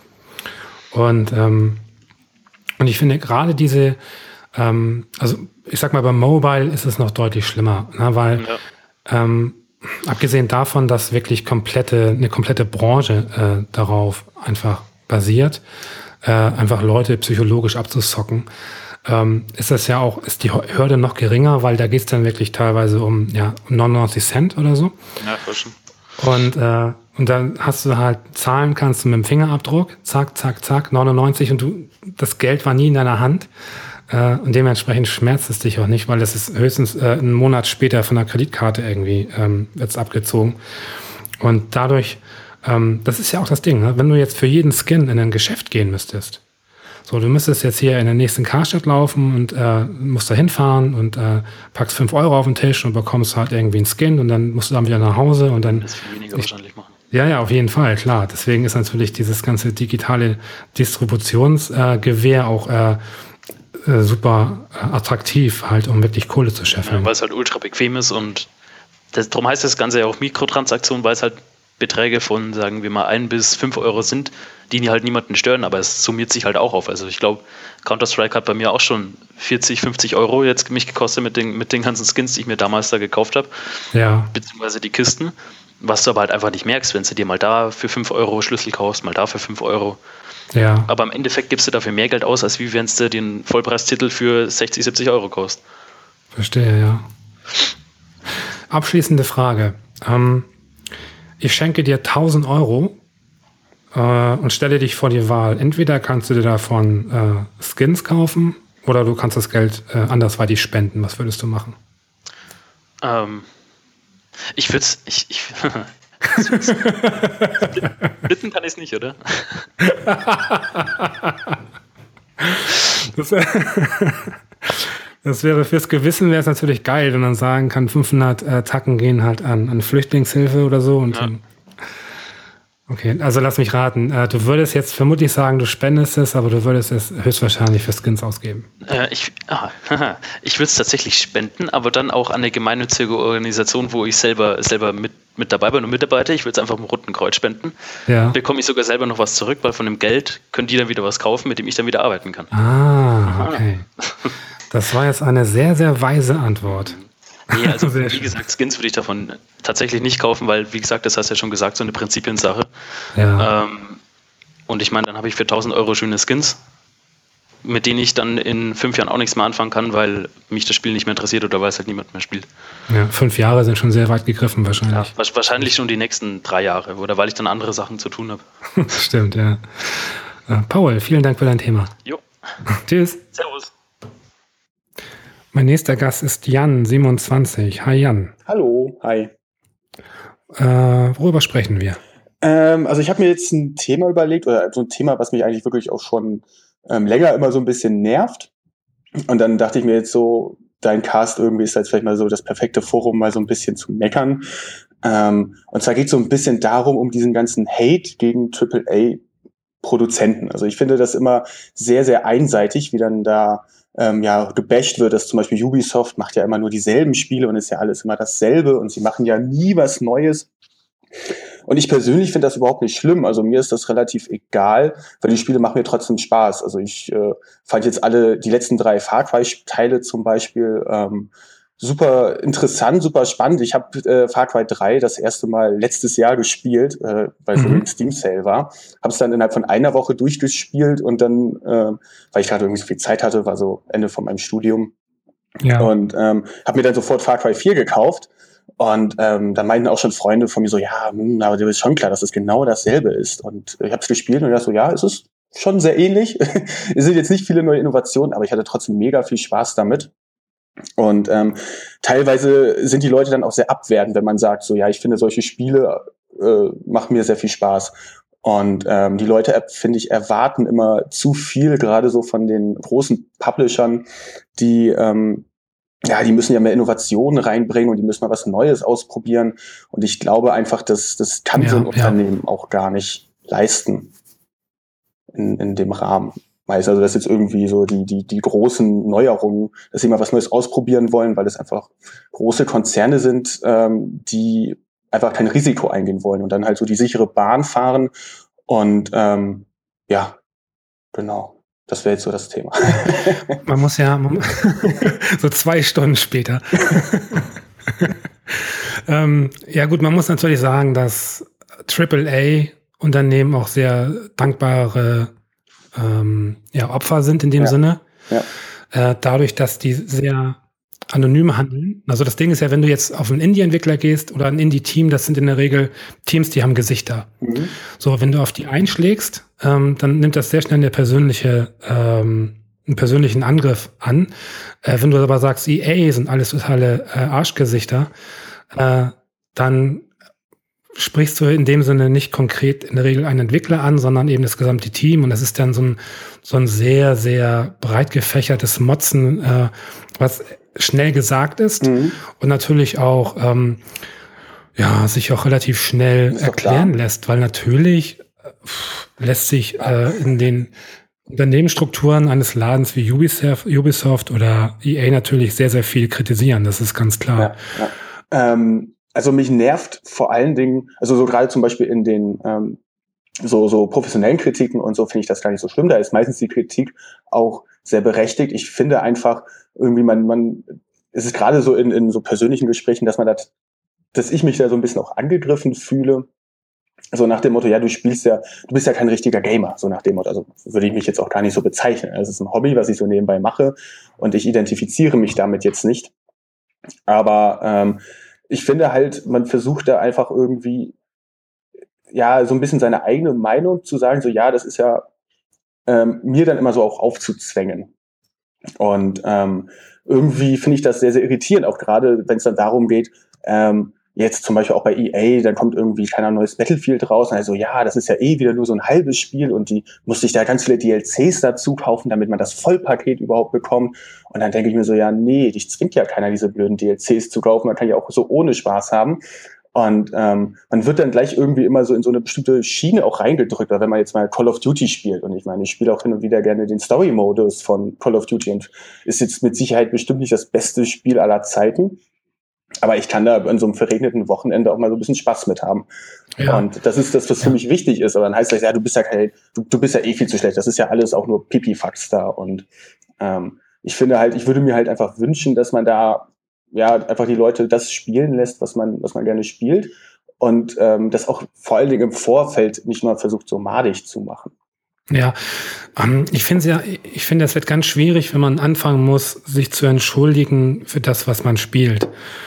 Und, ähm, und ich finde gerade diese, ähm, also ich sag mal, beim Mobile ist es noch deutlich schlimmer, ne, weil Ja. ähm, abgesehen davon, dass wirklich komplette, eine komplette Branche äh, darauf einfach basiert, äh, einfach Leute psychologisch abzuzocken, ähm, ist das ja auch, ist die Hürde noch geringer, weil da geht es dann wirklich teilweise um, ja, um neunundneunzig Cent oder so. Ja, verstanden. Und, äh, und dann hast du halt, zahlen kannst du mit dem Fingerabdruck, zack, zack, zack, neunundneunzig und du, das Geld war nie in deiner Hand. Äh, und dementsprechend schmerzt es dich auch nicht, weil das ist höchstens äh, einen Monat später von der Kreditkarte irgendwie ähm, wird's abgezogen. Und dadurch, ähm, das ist ja auch das Ding, ne? Wenn du jetzt für jeden Skin in ein Geschäft gehen müsstest, so, du müsstest jetzt hier in der nächsten Karstadt laufen und äh, musst da hinfahren und äh, packst fünf Euro auf den Tisch und bekommst halt irgendwie einen Skin und dann musst du dann wieder nach Hause und dann... Das viel weniger ich, wahrscheinlich machen. Ja, ja, auf jeden Fall, klar. Deswegen ist natürlich dieses ganze digitale Distributionsgewehr äh, auch äh, äh, super äh, attraktiv, halt, um wirklich Kohle zu scheffeln. Ja, weil es halt ultra bequem ist und das, darum heißt das Ganze ja auch Mikrotransaktion, weil es halt Beträge von, sagen wir mal, ein bis fünf Euro sind, die halt niemanden stören, aber es summiert sich halt auch auf. Also ich glaube, Counter-Strike hat bei mir auch schon vierzig, fünfzig Euro jetzt mich gekostet mit den, mit den ganzen Skins, die ich mir damals da gekauft habe. Ja. Beziehungsweise die Kisten. Was du aber halt einfach nicht merkst, wenn du dir mal da für fünf Euro Schlüssel kaufst, mal da für fünf Euro. Ja. Aber im Endeffekt gibst du dafür mehr Geld aus, als wie wenn du den Vollpreistitel für sechzig, siebzig Euro kostet. Verstehe, ja. Abschließende Frage. Ähm, ich schenke dir tausend Euro äh, und stelle dich vor die Wahl. Entweder kannst du dir davon äh, Skins kaufen oder du kannst das Geld äh, andersweitig spenden. Was würdest du machen? Ähm, ich würde es... Ich, ich, bitten kann ich es nicht, oder? das, das wäre fürs Gewissen wäre es natürlich geil, wenn man sagen kann, fünfhundert äh, Tacken gehen halt an, an Flüchtlingshilfe oder so. Und ja. ähm, okay, also lass mich raten. Äh, du würdest jetzt vermutlich sagen, du spendest es, aber du würdest es höchstwahrscheinlich für Skins ausgeben. Äh, ich ah, ich würde es tatsächlich spenden, aber dann auch an eine gemeinnützige Organisation, wo ich selber, selber mit, mit dabei bin und mitarbeite. Ich würde es einfach im Roten Kreuz spenden. Ja. Bekomme ich sogar selber noch was zurück, weil von dem Geld können die dann wieder was kaufen, mit dem ich dann wieder arbeiten kann. Ah, okay. Das war jetzt eine sehr, sehr weise Antwort. Nee, also Sehr wie schön. gesagt, Skins würde ich davon tatsächlich nicht kaufen, weil, wie gesagt, das hast du ja schon gesagt, so eine Prinzipiensache. Ja. Ähm, und ich meine, dann habe ich für tausend Euro schöne Skins, mit denen ich dann in fünf Jahren auch nichts mehr anfangen kann, weil mich das Spiel nicht mehr interessiert oder weil es halt niemand mehr spielt. Ja, fünf Jahre sind schon sehr weit gegriffen wahrscheinlich. Ja, wahrscheinlich schon die nächsten drei Jahre oder weil ich dann andere Sachen zu tun habe. Stimmt, ja. Äh, Paul, vielen Dank für dein Thema. Jo. Tschüss. Servus. Mein nächster Gast ist Jan, siebenundzwanzig. Hi Jan. Hallo, hi. Äh, worüber sprechen wir? Ähm, also ich habe mir jetzt ein Thema überlegt, oder so ein Thema, was mich eigentlich wirklich auch schon ähm, länger immer so ein bisschen nervt. Und dann dachte ich mir jetzt so, dein Cast irgendwie ist jetzt vielleicht mal so das perfekte Forum, mal so ein bisschen zu meckern. Ähm, und zwar geht es so ein bisschen darum, um diesen ganzen Hate gegen Triple A Produzenten. Also ich finde das immer sehr, sehr einseitig, wie dann da ähm, ja gebasht wird, dass zum Beispiel Ubisoft macht ja immer nur dieselben Spiele und ist ja alles immer dasselbe und sie machen ja nie was Neues. Und ich persönlich finde das überhaupt nicht schlimm. Also mir ist das relativ egal, weil die Spiele machen mir trotzdem Spaß. Also ich äh, fand jetzt alle, die letzten drei Far Cry-Teile zum Beispiel ähm, super interessant, super spannend. Ich habe äh, Far Cry drei das erste Mal letztes Jahr gespielt, äh, weil es Mhm. ein Steam-Sale war. Habe es dann innerhalb von einer Woche durchgespielt und dann, äh, weil ich gerade irgendwie so viel Zeit hatte, war so Ende von meinem Studium. Ja. Und ähm, habe mir dann sofort Far Cry vier gekauft. Und ähm, dann meinten auch schon Freunde von mir so, ja, hm, aber dir ist schon klar, dass es genau dasselbe ist. Und ich habe es gespielt und dachte so, ja, ist es. schon sehr ähnlich. Es sind jetzt nicht viele neue Innovationen, aber ich hatte trotzdem mega viel Spaß damit. Und ähm, teilweise sind die Leute dann auch sehr abwertend, wenn man sagt, so ja, ich finde solche Spiele äh, machen mir sehr viel Spaß. Und ähm, die Leute, finde ich, erwarten immer zu viel, gerade so von den großen Publishern, die ähm, ja, die müssen ja mehr Innovationen reinbringen und die müssen mal was Neues ausprobieren. Und ich glaube einfach, dass das kann Ja, so ein ja. Unternehmen auch gar nicht leisten in, in dem Rahmen. Meist also, dass jetzt irgendwie so die, die, die großen Neuerungen, dass sie mal was Neues ausprobieren wollen, weil es einfach große Konzerne sind, ähm, die einfach kein Risiko eingehen wollen und dann halt so die sichere Bahn fahren. Und ähm, ja, genau. Das wäre jetzt so das Thema. Man muss ja, man, so zwei Stunden später. ähm, ja gut, man muss natürlich sagen, dass Triple A Unternehmen auch sehr dankbare ähm, ja, Opfer sind in dem Ja. Sinne. Ja. Äh, dadurch, dass die sehr anonym handeln. Also das Ding ist ja, wenn du jetzt auf einen Indie-Entwickler gehst oder ein Indie-Team, das sind in der Regel Teams, die haben Gesichter. Mhm. So, wenn du auf die einschlägst, ähm, dann nimmt das sehr schnell eine persönliche, ähm, einen persönlichen Angriff an. Äh, wenn du aber sagst, E A sind alles totale äh, Arschgesichter, äh, dann sprichst du in dem Sinne nicht konkret in der Regel einen Entwickler an, sondern eben das gesamte Team. Und das ist dann so ein, so ein sehr, sehr breit gefächertes Motzen, äh, was schnell gesagt ist Mhm. und natürlich auch ähm, ja, sich auch relativ schnell Ist doch erklären klar. lässt, weil natürlich äh, lässt sich äh, in den Unternehmensstrukturen eines Ladens wie Ubisoft, Ubisoft oder E A natürlich sehr, sehr viel kritisieren. Das ist ganz klar. Ja, ja. Ähm, also mich nervt vor allen Dingen, also so gerade zum Beispiel in den ähm, so, so professionellen Kritiken und so finde ich das gar nicht so schlimm. Da ist meistens die Kritik auch sehr berechtigt. Ich finde einfach irgendwie, man, man, es ist gerade so in, in so persönlichen Gesprächen, dass man das, dass ich mich da so ein bisschen auch angegriffen fühle. So nach dem Motto, ja, du spielst ja, du bist ja kein richtiger Gamer, so nach dem Motto. Also würde ich mich jetzt auch gar nicht so bezeichnen. Es ist ein Hobby, was ich so nebenbei mache und ich identifiziere mich damit jetzt nicht. Aber ähm, ich finde halt, man versucht da einfach irgendwie, ja, so ein bisschen seine eigene Meinung zu sagen, so ja, das ist ja ähm, mir dann immer so auch aufzuzwängen. Und ähm, irgendwie finde ich das sehr, sehr irritierend, auch gerade wenn es dann darum geht, ähm, jetzt zum Beispiel auch bei E A, dann kommt irgendwie kein neues Battlefield raus und also ja, das ist ja eh wieder nur so ein halbes Spiel und die musste ich da ganz viele D L Cs dazu kaufen, damit man das Vollpaket überhaupt bekommt. Und dann denke ich mir so, ja, nee, dich zwingt ja keiner, diese blöden D L Cs zu kaufen, man kann ja auch so ohne Spaß haben. Und ähm, man wird dann gleich irgendwie immer so in so eine bestimmte Schiene auch reingedrückt, oder wenn man jetzt mal Call of Duty spielt. Und ich meine, ich spiele auch hin und wieder gerne den Story-Modus von Call of Duty und ist jetzt mit Sicherheit bestimmt nicht das beste Spiel aller Zeiten. Aber ich kann da an so einem verregneten Wochenende auch mal so ein bisschen Spaß mit haben. Ja. Und das ist das, was für mich wichtig ist. Aber dann heißt das, ja, du bist ja kein, du, du bist ja eh viel zu schlecht. Das ist ja alles auch nur Pipifax da. Und ähm, ich finde halt, ich würde mir halt einfach wünschen, dass man da ja einfach die Leute das spielen lässt, was man, was man gerne spielt. Und ähm, das auch vor allen Dingen im Vorfeld nicht mal versucht, so madig zu machen. Ja, ähm, ich finde ja, ich finde, es wird ganz schwierig, wenn man anfangen muss, sich zu entschuldigen für das, was man spielt.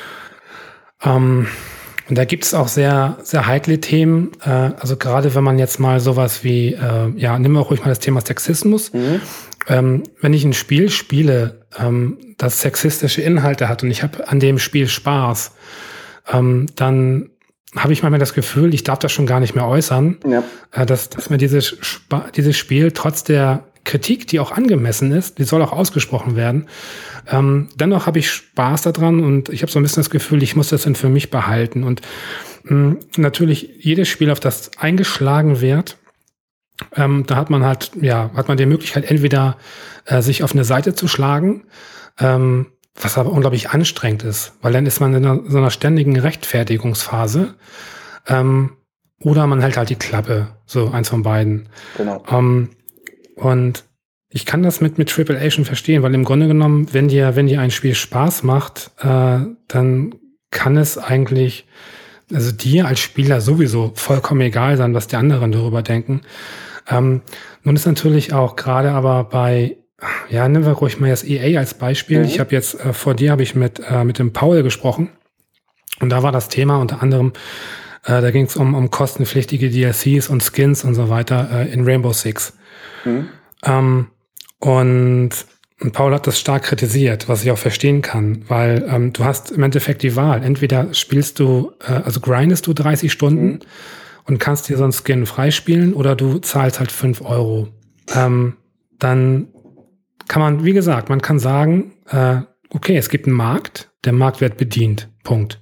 Ähm, und da gibt es auch sehr, sehr heikle Themen. Äh, also gerade wenn man jetzt mal sowas wie, äh, ja, nimm auch ruhig mal das Thema Sexismus. Mhm. Ähm, wenn ich ein Spiel spiele, ähm, das sexistische Inhalte hat und ich habe an dem Spiel Spaß, ähm, dann habe ich manchmal das Gefühl, ich darf das schon gar nicht mehr äußern, Ja. äh, dass, dass mir dieses, Spa- dieses Spiel trotz der Kritik, die auch angemessen ist, die soll auch ausgesprochen werden, ähm, dennoch habe ich Spaß daran und ich habe so ein bisschen das Gefühl, ich muss das dann für mich behalten. Und mh, natürlich jedes Spiel, auf das eingeschlagen wird, ähm, da hat man halt, ja, hat man die Möglichkeit, entweder äh, sich auf eine Seite zu schlagen, ähm, was aber unglaublich anstrengend ist, weil dann ist man in einer, so einer ständigen Rechtfertigungsphase, ähm, oder man hält halt die Klappe, so eins von beiden. Genau. Ähm, und ich kann das mit mit Triple A schon verstehen, weil im Grunde genommen, wenn dir wenn dir ein Spiel Spaß macht, äh, dann kann es eigentlich, also dir als Spieler sowieso vollkommen egal sein, was die anderen darüber denken. Ähm, nun ist natürlich auch gerade aber bei, ja, nehmen wir ruhig mal das E A als Beispiel. Mhm. Ich habe jetzt äh, vor dir habe ich mit äh, mit dem Paul gesprochen und da war das Thema unter anderem, äh, da ging es um um kostenpflichtige D L Cs und Skins und so weiter äh, in Rainbow Six. Mhm. Ähm, und Paul hat das stark kritisiert, was ich auch verstehen kann, weil ähm, du hast im Endeffekt die Wahl. Entweder spielst du, äh, also grindest du dreißig Stunden Mhm. und kannst dir so einen Skin freispielen oder du zahlst halt fünf Euro. Ähm, dann kann man, wie gesagt, man kann sagen, äh, okay, es gibt einen Markt, der Markt wird bedient. Punkt.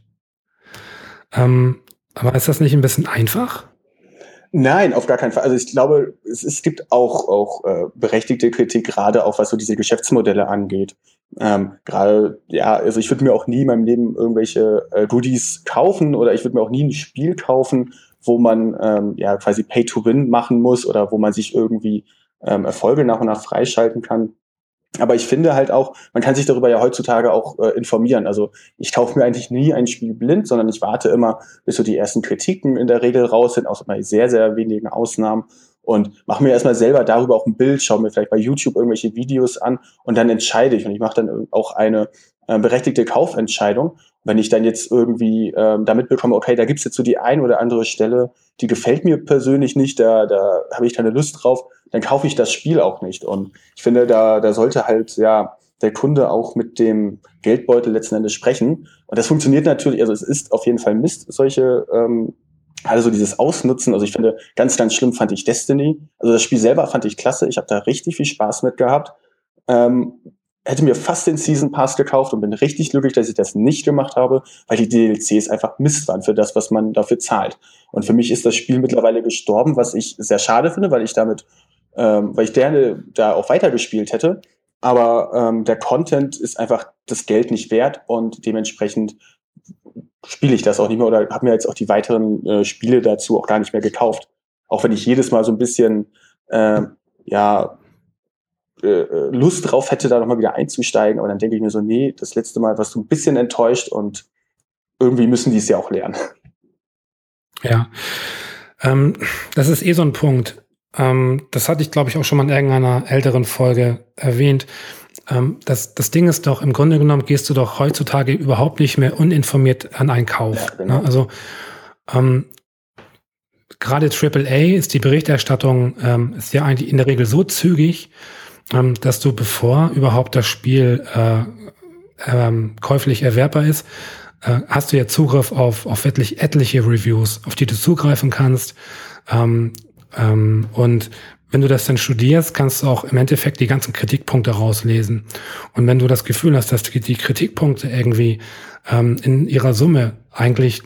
Ähm, aber ist das nicht ein bisschen einfach? Nein, auf gar keinen Fall. Also ich glaube, es, es gibt auch, auch äh, berechtigte Kritik, gerade auch was so diese Geschäftsmodelle angeht. Ähm, gerade, ja, also ich würde mir auch nie in meinem Leben irgendwelche äh, Goodies kaufen oder ich würde mir auch nie ein Spiel kaufen, wo man ähm, ja quasi Pay-to-Win machen muss oder wo man sich irgendwie ähm, Erfolge nach und nach freischalten kann. Aber ich finde halt auch, man kann sich darüber ja heutzutage auch äh, informieren. Also ich kaufe mir eigentlich nie ein Spiel blind, sondern ich warte immer, bis so die ersten Kritiken in der Regel raus sind, außer bei sehr, sehr wenigen Ausnahmen. Und mache mir erstmal selber darüber auch ein Bild, schaue mir vielleicht bei YouTube irgendwelche Videos an und dann entscheide ich. Und ich mache dann auch eine äh, berechtigte Kaufentscheidung. Wenn ich dann jetzt irgendwie ähm, damit bekomme, okay, da gibt's jetzt so die ein oder andere Stelle, die gefällt mir persönlich nicht, da, da habe ich keine Lust drauf, dann kaufe ich das Spiel auch nicht. Und ich finde, da, da sollte halt ja der Kunde auch mit dem Geldbeutel letzten Endes sprechen. Und das funktioniert natürlich, also es ist auf jeden Fall Mist, solche, ähm, also dieses Ausnutzen. Also ich finde, ganz, ganz schlimm fand ich Destiny. Also das Spiel selber fand ich klasse. Ich habe da richtig viel Spaß mit gehabt. Ähm, hätte mir fast den Season Pass gekauft und bin richtig glücklich, dass ich das nicht gemacht habe, weil die D L Cs einfach Mist waren für das, was man dafür zahlt. Und für mich ist das Spiel mittlerweile gestorben, was ich sehr schade finde, weil ich damit, ähm, weil ich gerne da auch weitergespielt hätte. Aber ähm, der Content ist einfach das Geld nicht wert und dementsprechend spiele ich das auch nicht mehr oder habe mir jetzt auch die weiteren äh, Spiele dazu auch gar nicht mehr gekauft. Auch wenn ich jedes Mal so ein bisschen äh, ja äh, Lust drauf hätte, da nochmal wieder einzusteigen, aber dann denke ich mir so, nee, das letzte Mal warst du ein bisschen enttäuscht und irgendwie müssen die es ja auch lernen. Ja, ähm, das ist eh so ein Punkt. Ähm, das hatte ich, glaube ich, auch schon mal in irgendeiner älteren Folge erwähnt. Ähm, das, das Ding ist doch, im Grunde genommen gehst du doch heutzutage überhaupt nicht mehr uninformiert an einen Kauf. Ja, genau. Ne? Also ähm, gerade Triple A ist die Berichterstattung ähm, ist ja eigentlich in der Regel so zügig, ähm, dass du, bevor überhaupt das Spiel äh, ähm, käuflich erwerbbar ist, äh, hast du ja Zugriff auf, auf etlich, etliche Reviews, auf die du zugreifen kannst. Ähm, ähm, und wenn du das dann studierst, kannst du auch im Endeffekt die ganzen Kritikpunkte rauslesen. Und wenn du das Gefühl hast, dass die, die Kritikpunkte irgendwie ähm, in ihrer Summe eigentlich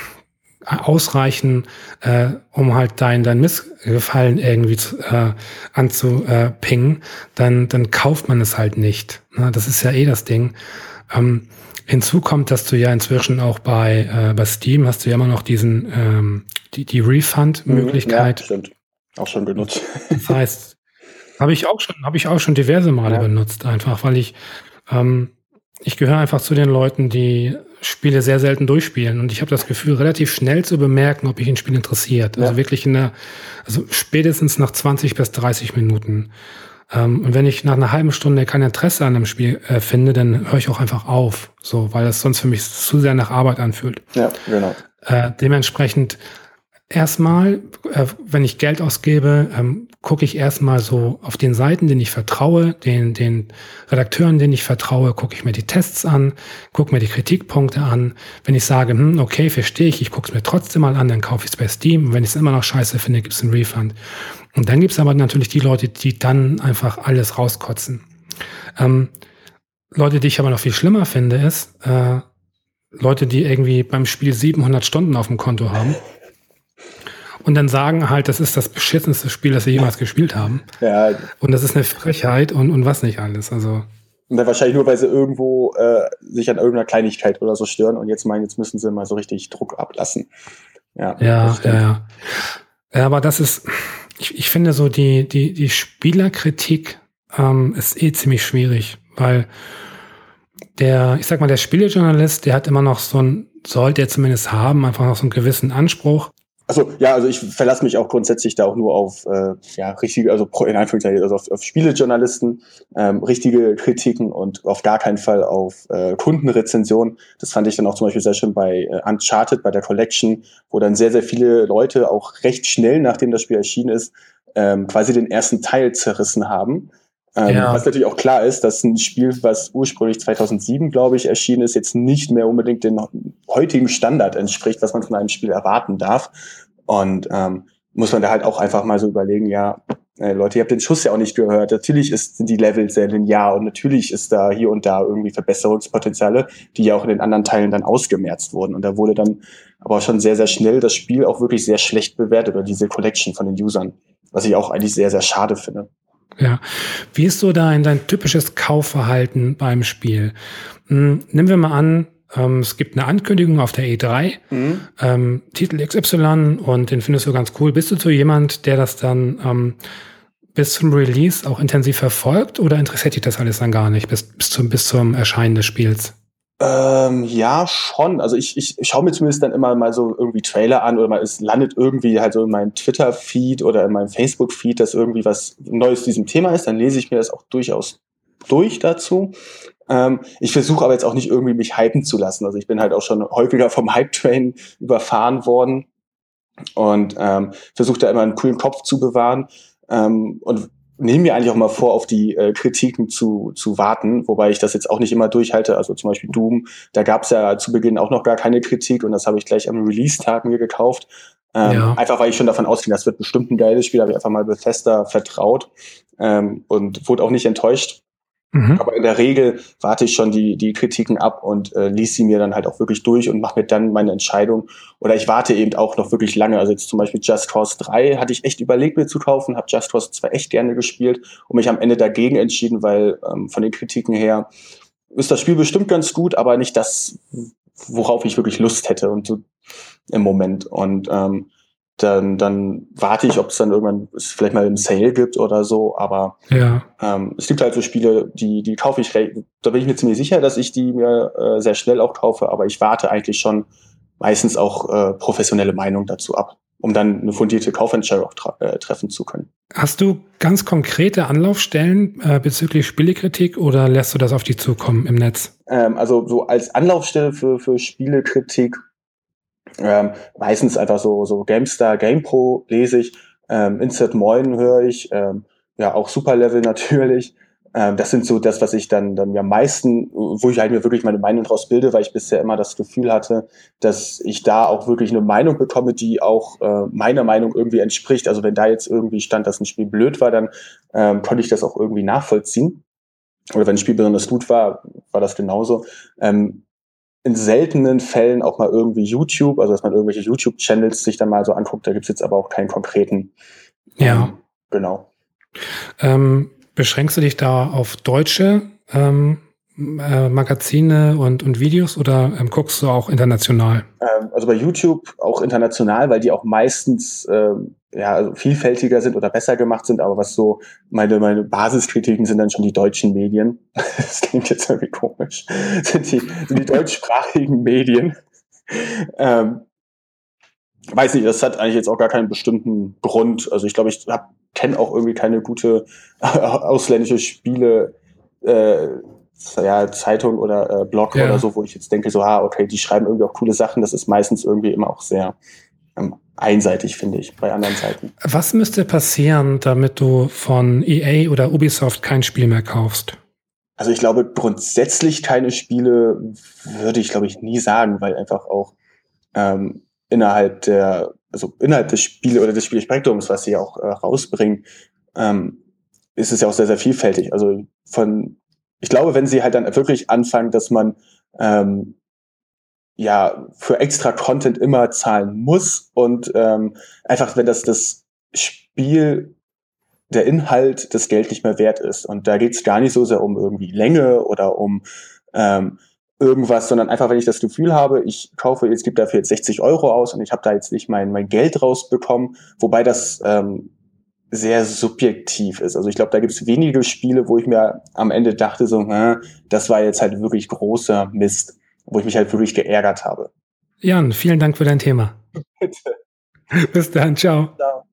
ausreichen, äh, um halt dein, dein Missgefallen irgendwie zu, äh, anzupingen, dann, dann kauft man es halt nicht. Ne? Das ist ja eh das Ding. Ähm, hinzu kommt, dass du ja inzwischen auch bei, äh, bei Steam hast du ja immer noch diesen, ähm, die, die Refund-Möglichkeit. Ja, stimmt. Auch schon benutzt. Das heißt, habe ich auch schon, habe ich auch schon diverse Male Ja. benutzt, einfach, weil ich, ähm, ich gehöre einfach zu den Leuten, die Spiele sehr selten durchspielen. Und ich habe das Gefühl, relativ schnell zu bemerken, ob mich ein Spiel interessiert. Also Ja. wirklich in der, also spätestens nach zwanzig bis dreißig Minuten. Ähm, und wenn ich nach einer halben Stunde kein Interesse an einem Spiel äh, finde, dann höre ich auch einfach auf. So, weil das sonst für mich zu sehr nach Arbeit anfühlt. Ja, genau. Äh, dementsprechend erstmal, äh, wenn ich Geld ausgebe, ähm, gucke ich erstmal so auf den Seiten, denen ich vertraue, den, den Redakteuren, denen ich vertraue, gucke ich mir die Tests an, gucke mir die Kritikpunkte an. Wenn ich sage, hm, okay, verstehe ich, ich gucke es mir trotzdem mal an, dann kaufe ich es bei Steam. Und wenn ich es immer noch scheiße finde, gibt es einen Refund. Und dann gibt es aber natürlich die Leute, die dann einfach alles rauskotzen. Ähm, Leute, die ich aber noch viel schlimmer finde, ist äh, Leute, die irgendwie beim Spiel siebenhundert Stunden auf dem Konto haben. Und dann sagen halt, das ist das beschissenste Spiel, das sie jemals gespielt haben. Ja, Und das ist eine Frechheit und, und was nicht alles. Also und dann wahrscheinlich nur, weil sie irgendwo äh, sich an irgendeiner Kleinigkeit oder so stören und jetzt meinen, jetzt müssen sie mal so richtig Druck ablassen. Ja, ja, das stimmt. ja, ja. Ja, aber das ist, ich, ich finde so, die, die, die Spielerkritik ähm, ist eh ziemlich schwierig, weil der, ich sag mal, der Spielejournalist, der hat immer noch so ein, sollte er zumindest haben, einfach noch so einen gewissen Anspruch. Also ja, also ich verlasse mich auch grundsätzlich da auch nur auf äh, ja richtige, also pro- in Anführungszeichen, also auf, auf Spielejournalisten, ähm, richtige Kritiken und auf gar keinen Fall auf äh, Kundenrezensionen. Das fand ich dann auch zum Beispiel sehr schön bei äh, Uncharted, bei der Collection, wo dann sehr, sehr viele Leute auch recht schnell, nachdem das Spiel erschienen ist, ähm, quasi den ersten Teil zerrissen haben. Ähm, Ja. Was natürlich auch klar ist, dass ein Spiel, was ursprünglich zweitausendsieben, glaube ich, erschienen ist, jetzt nicht mehr unbedingt den heutigen Standard entspricht, was man von einem Spiel erwarten darf. Und ähm, muss man da halt auch einfach mal so überlegen, ja, äh, Leute, ihr habt den Schuss ja auch nicht gehört. Natürlich ist, sind die Level sehr linear und natürlich ist da hier und da irgendwie Verbesserungspotenziale, die ja auch in den anderen Teilen dann ausgemerzt wurden. Und da wurde dann aber schon sehr, sehr schnell das Spiel auch wirklich sehr schlecht bewertet, oder diese Collection von den Usern, was ich auch eigentlich sehr, sehr schade finde. Ja. Wie ist so dein, dein typisches Kaufverhalten beim Spiel? Hm, nehmen wir mal an, ähm, es gibt eine Ankündigung auf der E drei, Mhm. ähm, Titel X Y, und den findest du ganz cool. Bist du so jemand, der das dann ähm, bis zum Release auch intensiv verfolgt, oder interessiert dich das alles dann gar nicht bis, bis, zum, bis zum Erscheinen des Spiels? Ähm, ja, schon. Also ich, ich schaue mir zumindest dann immer mal so irgendwie Trailer an, oder mal, es landet irgendwie halt so in meinem Twitter-Feed oder in meinem Facebook-Feed, dass irgendwie was Neues zu diesem Thema ist. Dann lese ich mir das auch durchaus durch dazu. Ähm, ich versuche aber jetzt auch nicht irgendwie mich hypen zu lassen. Also ich bin halt auch schon häufiger vom Hype-Train überfahren worden und ähm, versuche da immer einen coolen Kopf zu bewahren. Ähm, und nehme mir eigentlich auch mal vor, auf die äh, Kritiken zu, zu warten, wobei ich das jetzt auch nicht immer durchhalte. Also zum Beispiel Doom, da gab es ja zu Beginn auch noch gar keine Kritik und das habe ich gleich am Release-Tag mir gekauft. Ähm, Ja. Einfach weil ich schon davon ausging, das wird bestimmt ein geiles Spiel, habe ich einfach mal Bethesda vertraut ähm, und wurde auch nicht enttäuscht. Mhm. Aber in der Regel warte ich schon die, die Kritiken ab und äh, lies sie mir dann halt auch wirklich durch und mache mir dann meine Entscheidung. Oder ich warte eben auch noch wirklich lange. Also jetzt zum Beispiel Just Cause drei hatte ich echt überlegt, mir zu kaufen, habe Just Cause zwei echt gerne gespielt und mich am Ende dagegen entschieden, weil ähm, von den Kritiken her ist das Spiel bestimmt ganz gut, aber nicht das, worauf ich wirklich Lust hätte und so im Moment. Und ähm, dann, dann warte ich, ob es dann irgendwann es vielleicht mal im Sale gibt oder so, aber Ja. ähm, es gibt halt so Spiele, die, die kaufe ich, re- da bin ich mir ziemlich sicher, dass ich die mir äh, sehr schnell auch kaufe, aber ich warte eigentlich schon meistens auch äh, professionelle Meinung dazu ab, um dann eine fundierte Kaufentscheidung auch tra- äh, treffen zu können. Hast du ganz konkrete Anlaufstellen äh, bezüglich Spielekritik, oder lässt du das auf dich zukommen im Netz? Ähm, also so als Anlaufstelle für, für Spielekritik ähm, meistens einfach so, so GameStar, GamePro lese ich, ähm, Insert Moin höre ich, ähm, ja auch Superlevel natürlich. Ähm, das sind so das, was ich dann dann am meisten, wo ich halt mir wirklich meine Meinung draus bilde, weil ich bisher immer das Gefühl hatte, dass ich da auch wirklich eine Meinung bekomme, die auch äh, meiner Meinung irgendwie entspricht. Also wenn da jetzt irgendwie stand, dass ein Spiel blöd war, dann ähm, konnte ich das auch irgendwie nachvollziehen. Oder wenn ein Spiel besonders gut war, war das genauso. Ähm, in seltenen Fällen auch mal irgendwie YouTube, also dass man irgendwelche YouTube-Channels sich dann mal so anguckt, da gibt's jetzt aber auch keinen konkreten. Ja. Ähm, genau. Ähm, beschränkst du dich da auf deutsche ähm, äh, Magazine und, und Videos, oder ähm, guckst du auch international? Ähm, also bei YouTube auch international, weil die auch meistens ähm, ja, also vielfältiger sind oder besser gemacht sind, aber was so meine, meine Basiskritiken sind dann schon die deutschen Medien. Das klingt jetzt irgendwie komisch. Sind die, sind die deutschsprachigen Medien. Ähm, weiß nicht, das hat eigentlich jetzt auch gar keinen bestimmten Grund. Also ich glaube, ich kenne auch irgendwie keine gute ausländische Spiele, äh, ja, Zeitung oder äh, Blog Ja. oder so, wo ich jetzt denke, so, ah, okay, die schreiben irgendwie auch coole Sachen. Das ist meistens irgendwie immer auch sehr ähm, einseitig, finde ich, bei anderen Seiten. Was müsste passieren, damit du von E A oder Ubisoft kein Spiel mehr kaufst? Also ich glaube, grundsätzlich keine Spiele würde ich, glaube ich, nie sagen, weil einfach auch ähm, innerhalb der, also innerhalb des Spiele oder des Spielspektrums, was sie auch äh, rausbringen, ähm, ist es ja auch sehr, sehr vielfältig. Also von, ich glaube, wenn sie halt dann wirklich anfangen, dass man ähm, ja für extra Content immer zahlen muss und ähm, einfach, wenn das das Spiel, der Inhalt, das Geld nicht mehr wert ist. Und da geht's gar nicht so sehr um irgendwie Länge oder um ähm, irgendwas, sondern einfach, wenn ich das Gefühl habe, ich kaufe, jetzt gebe dafür jetzt sechzig Euro aus und ich habe da jetzt nicht mein, mein Geld rausbekommen, wobei das ähm, sehr subjektiv ist. Also ich glaube, da gibt es wenige Spiele, wo ich mir am Ende dachte, so, hä, das war jetzt halt wirklich großer Mist, wo ich mich halt wirklich geärgert habe. Jan, vielen Dank für dein Thema. Bitte. Bis dann, ciao. Ciao.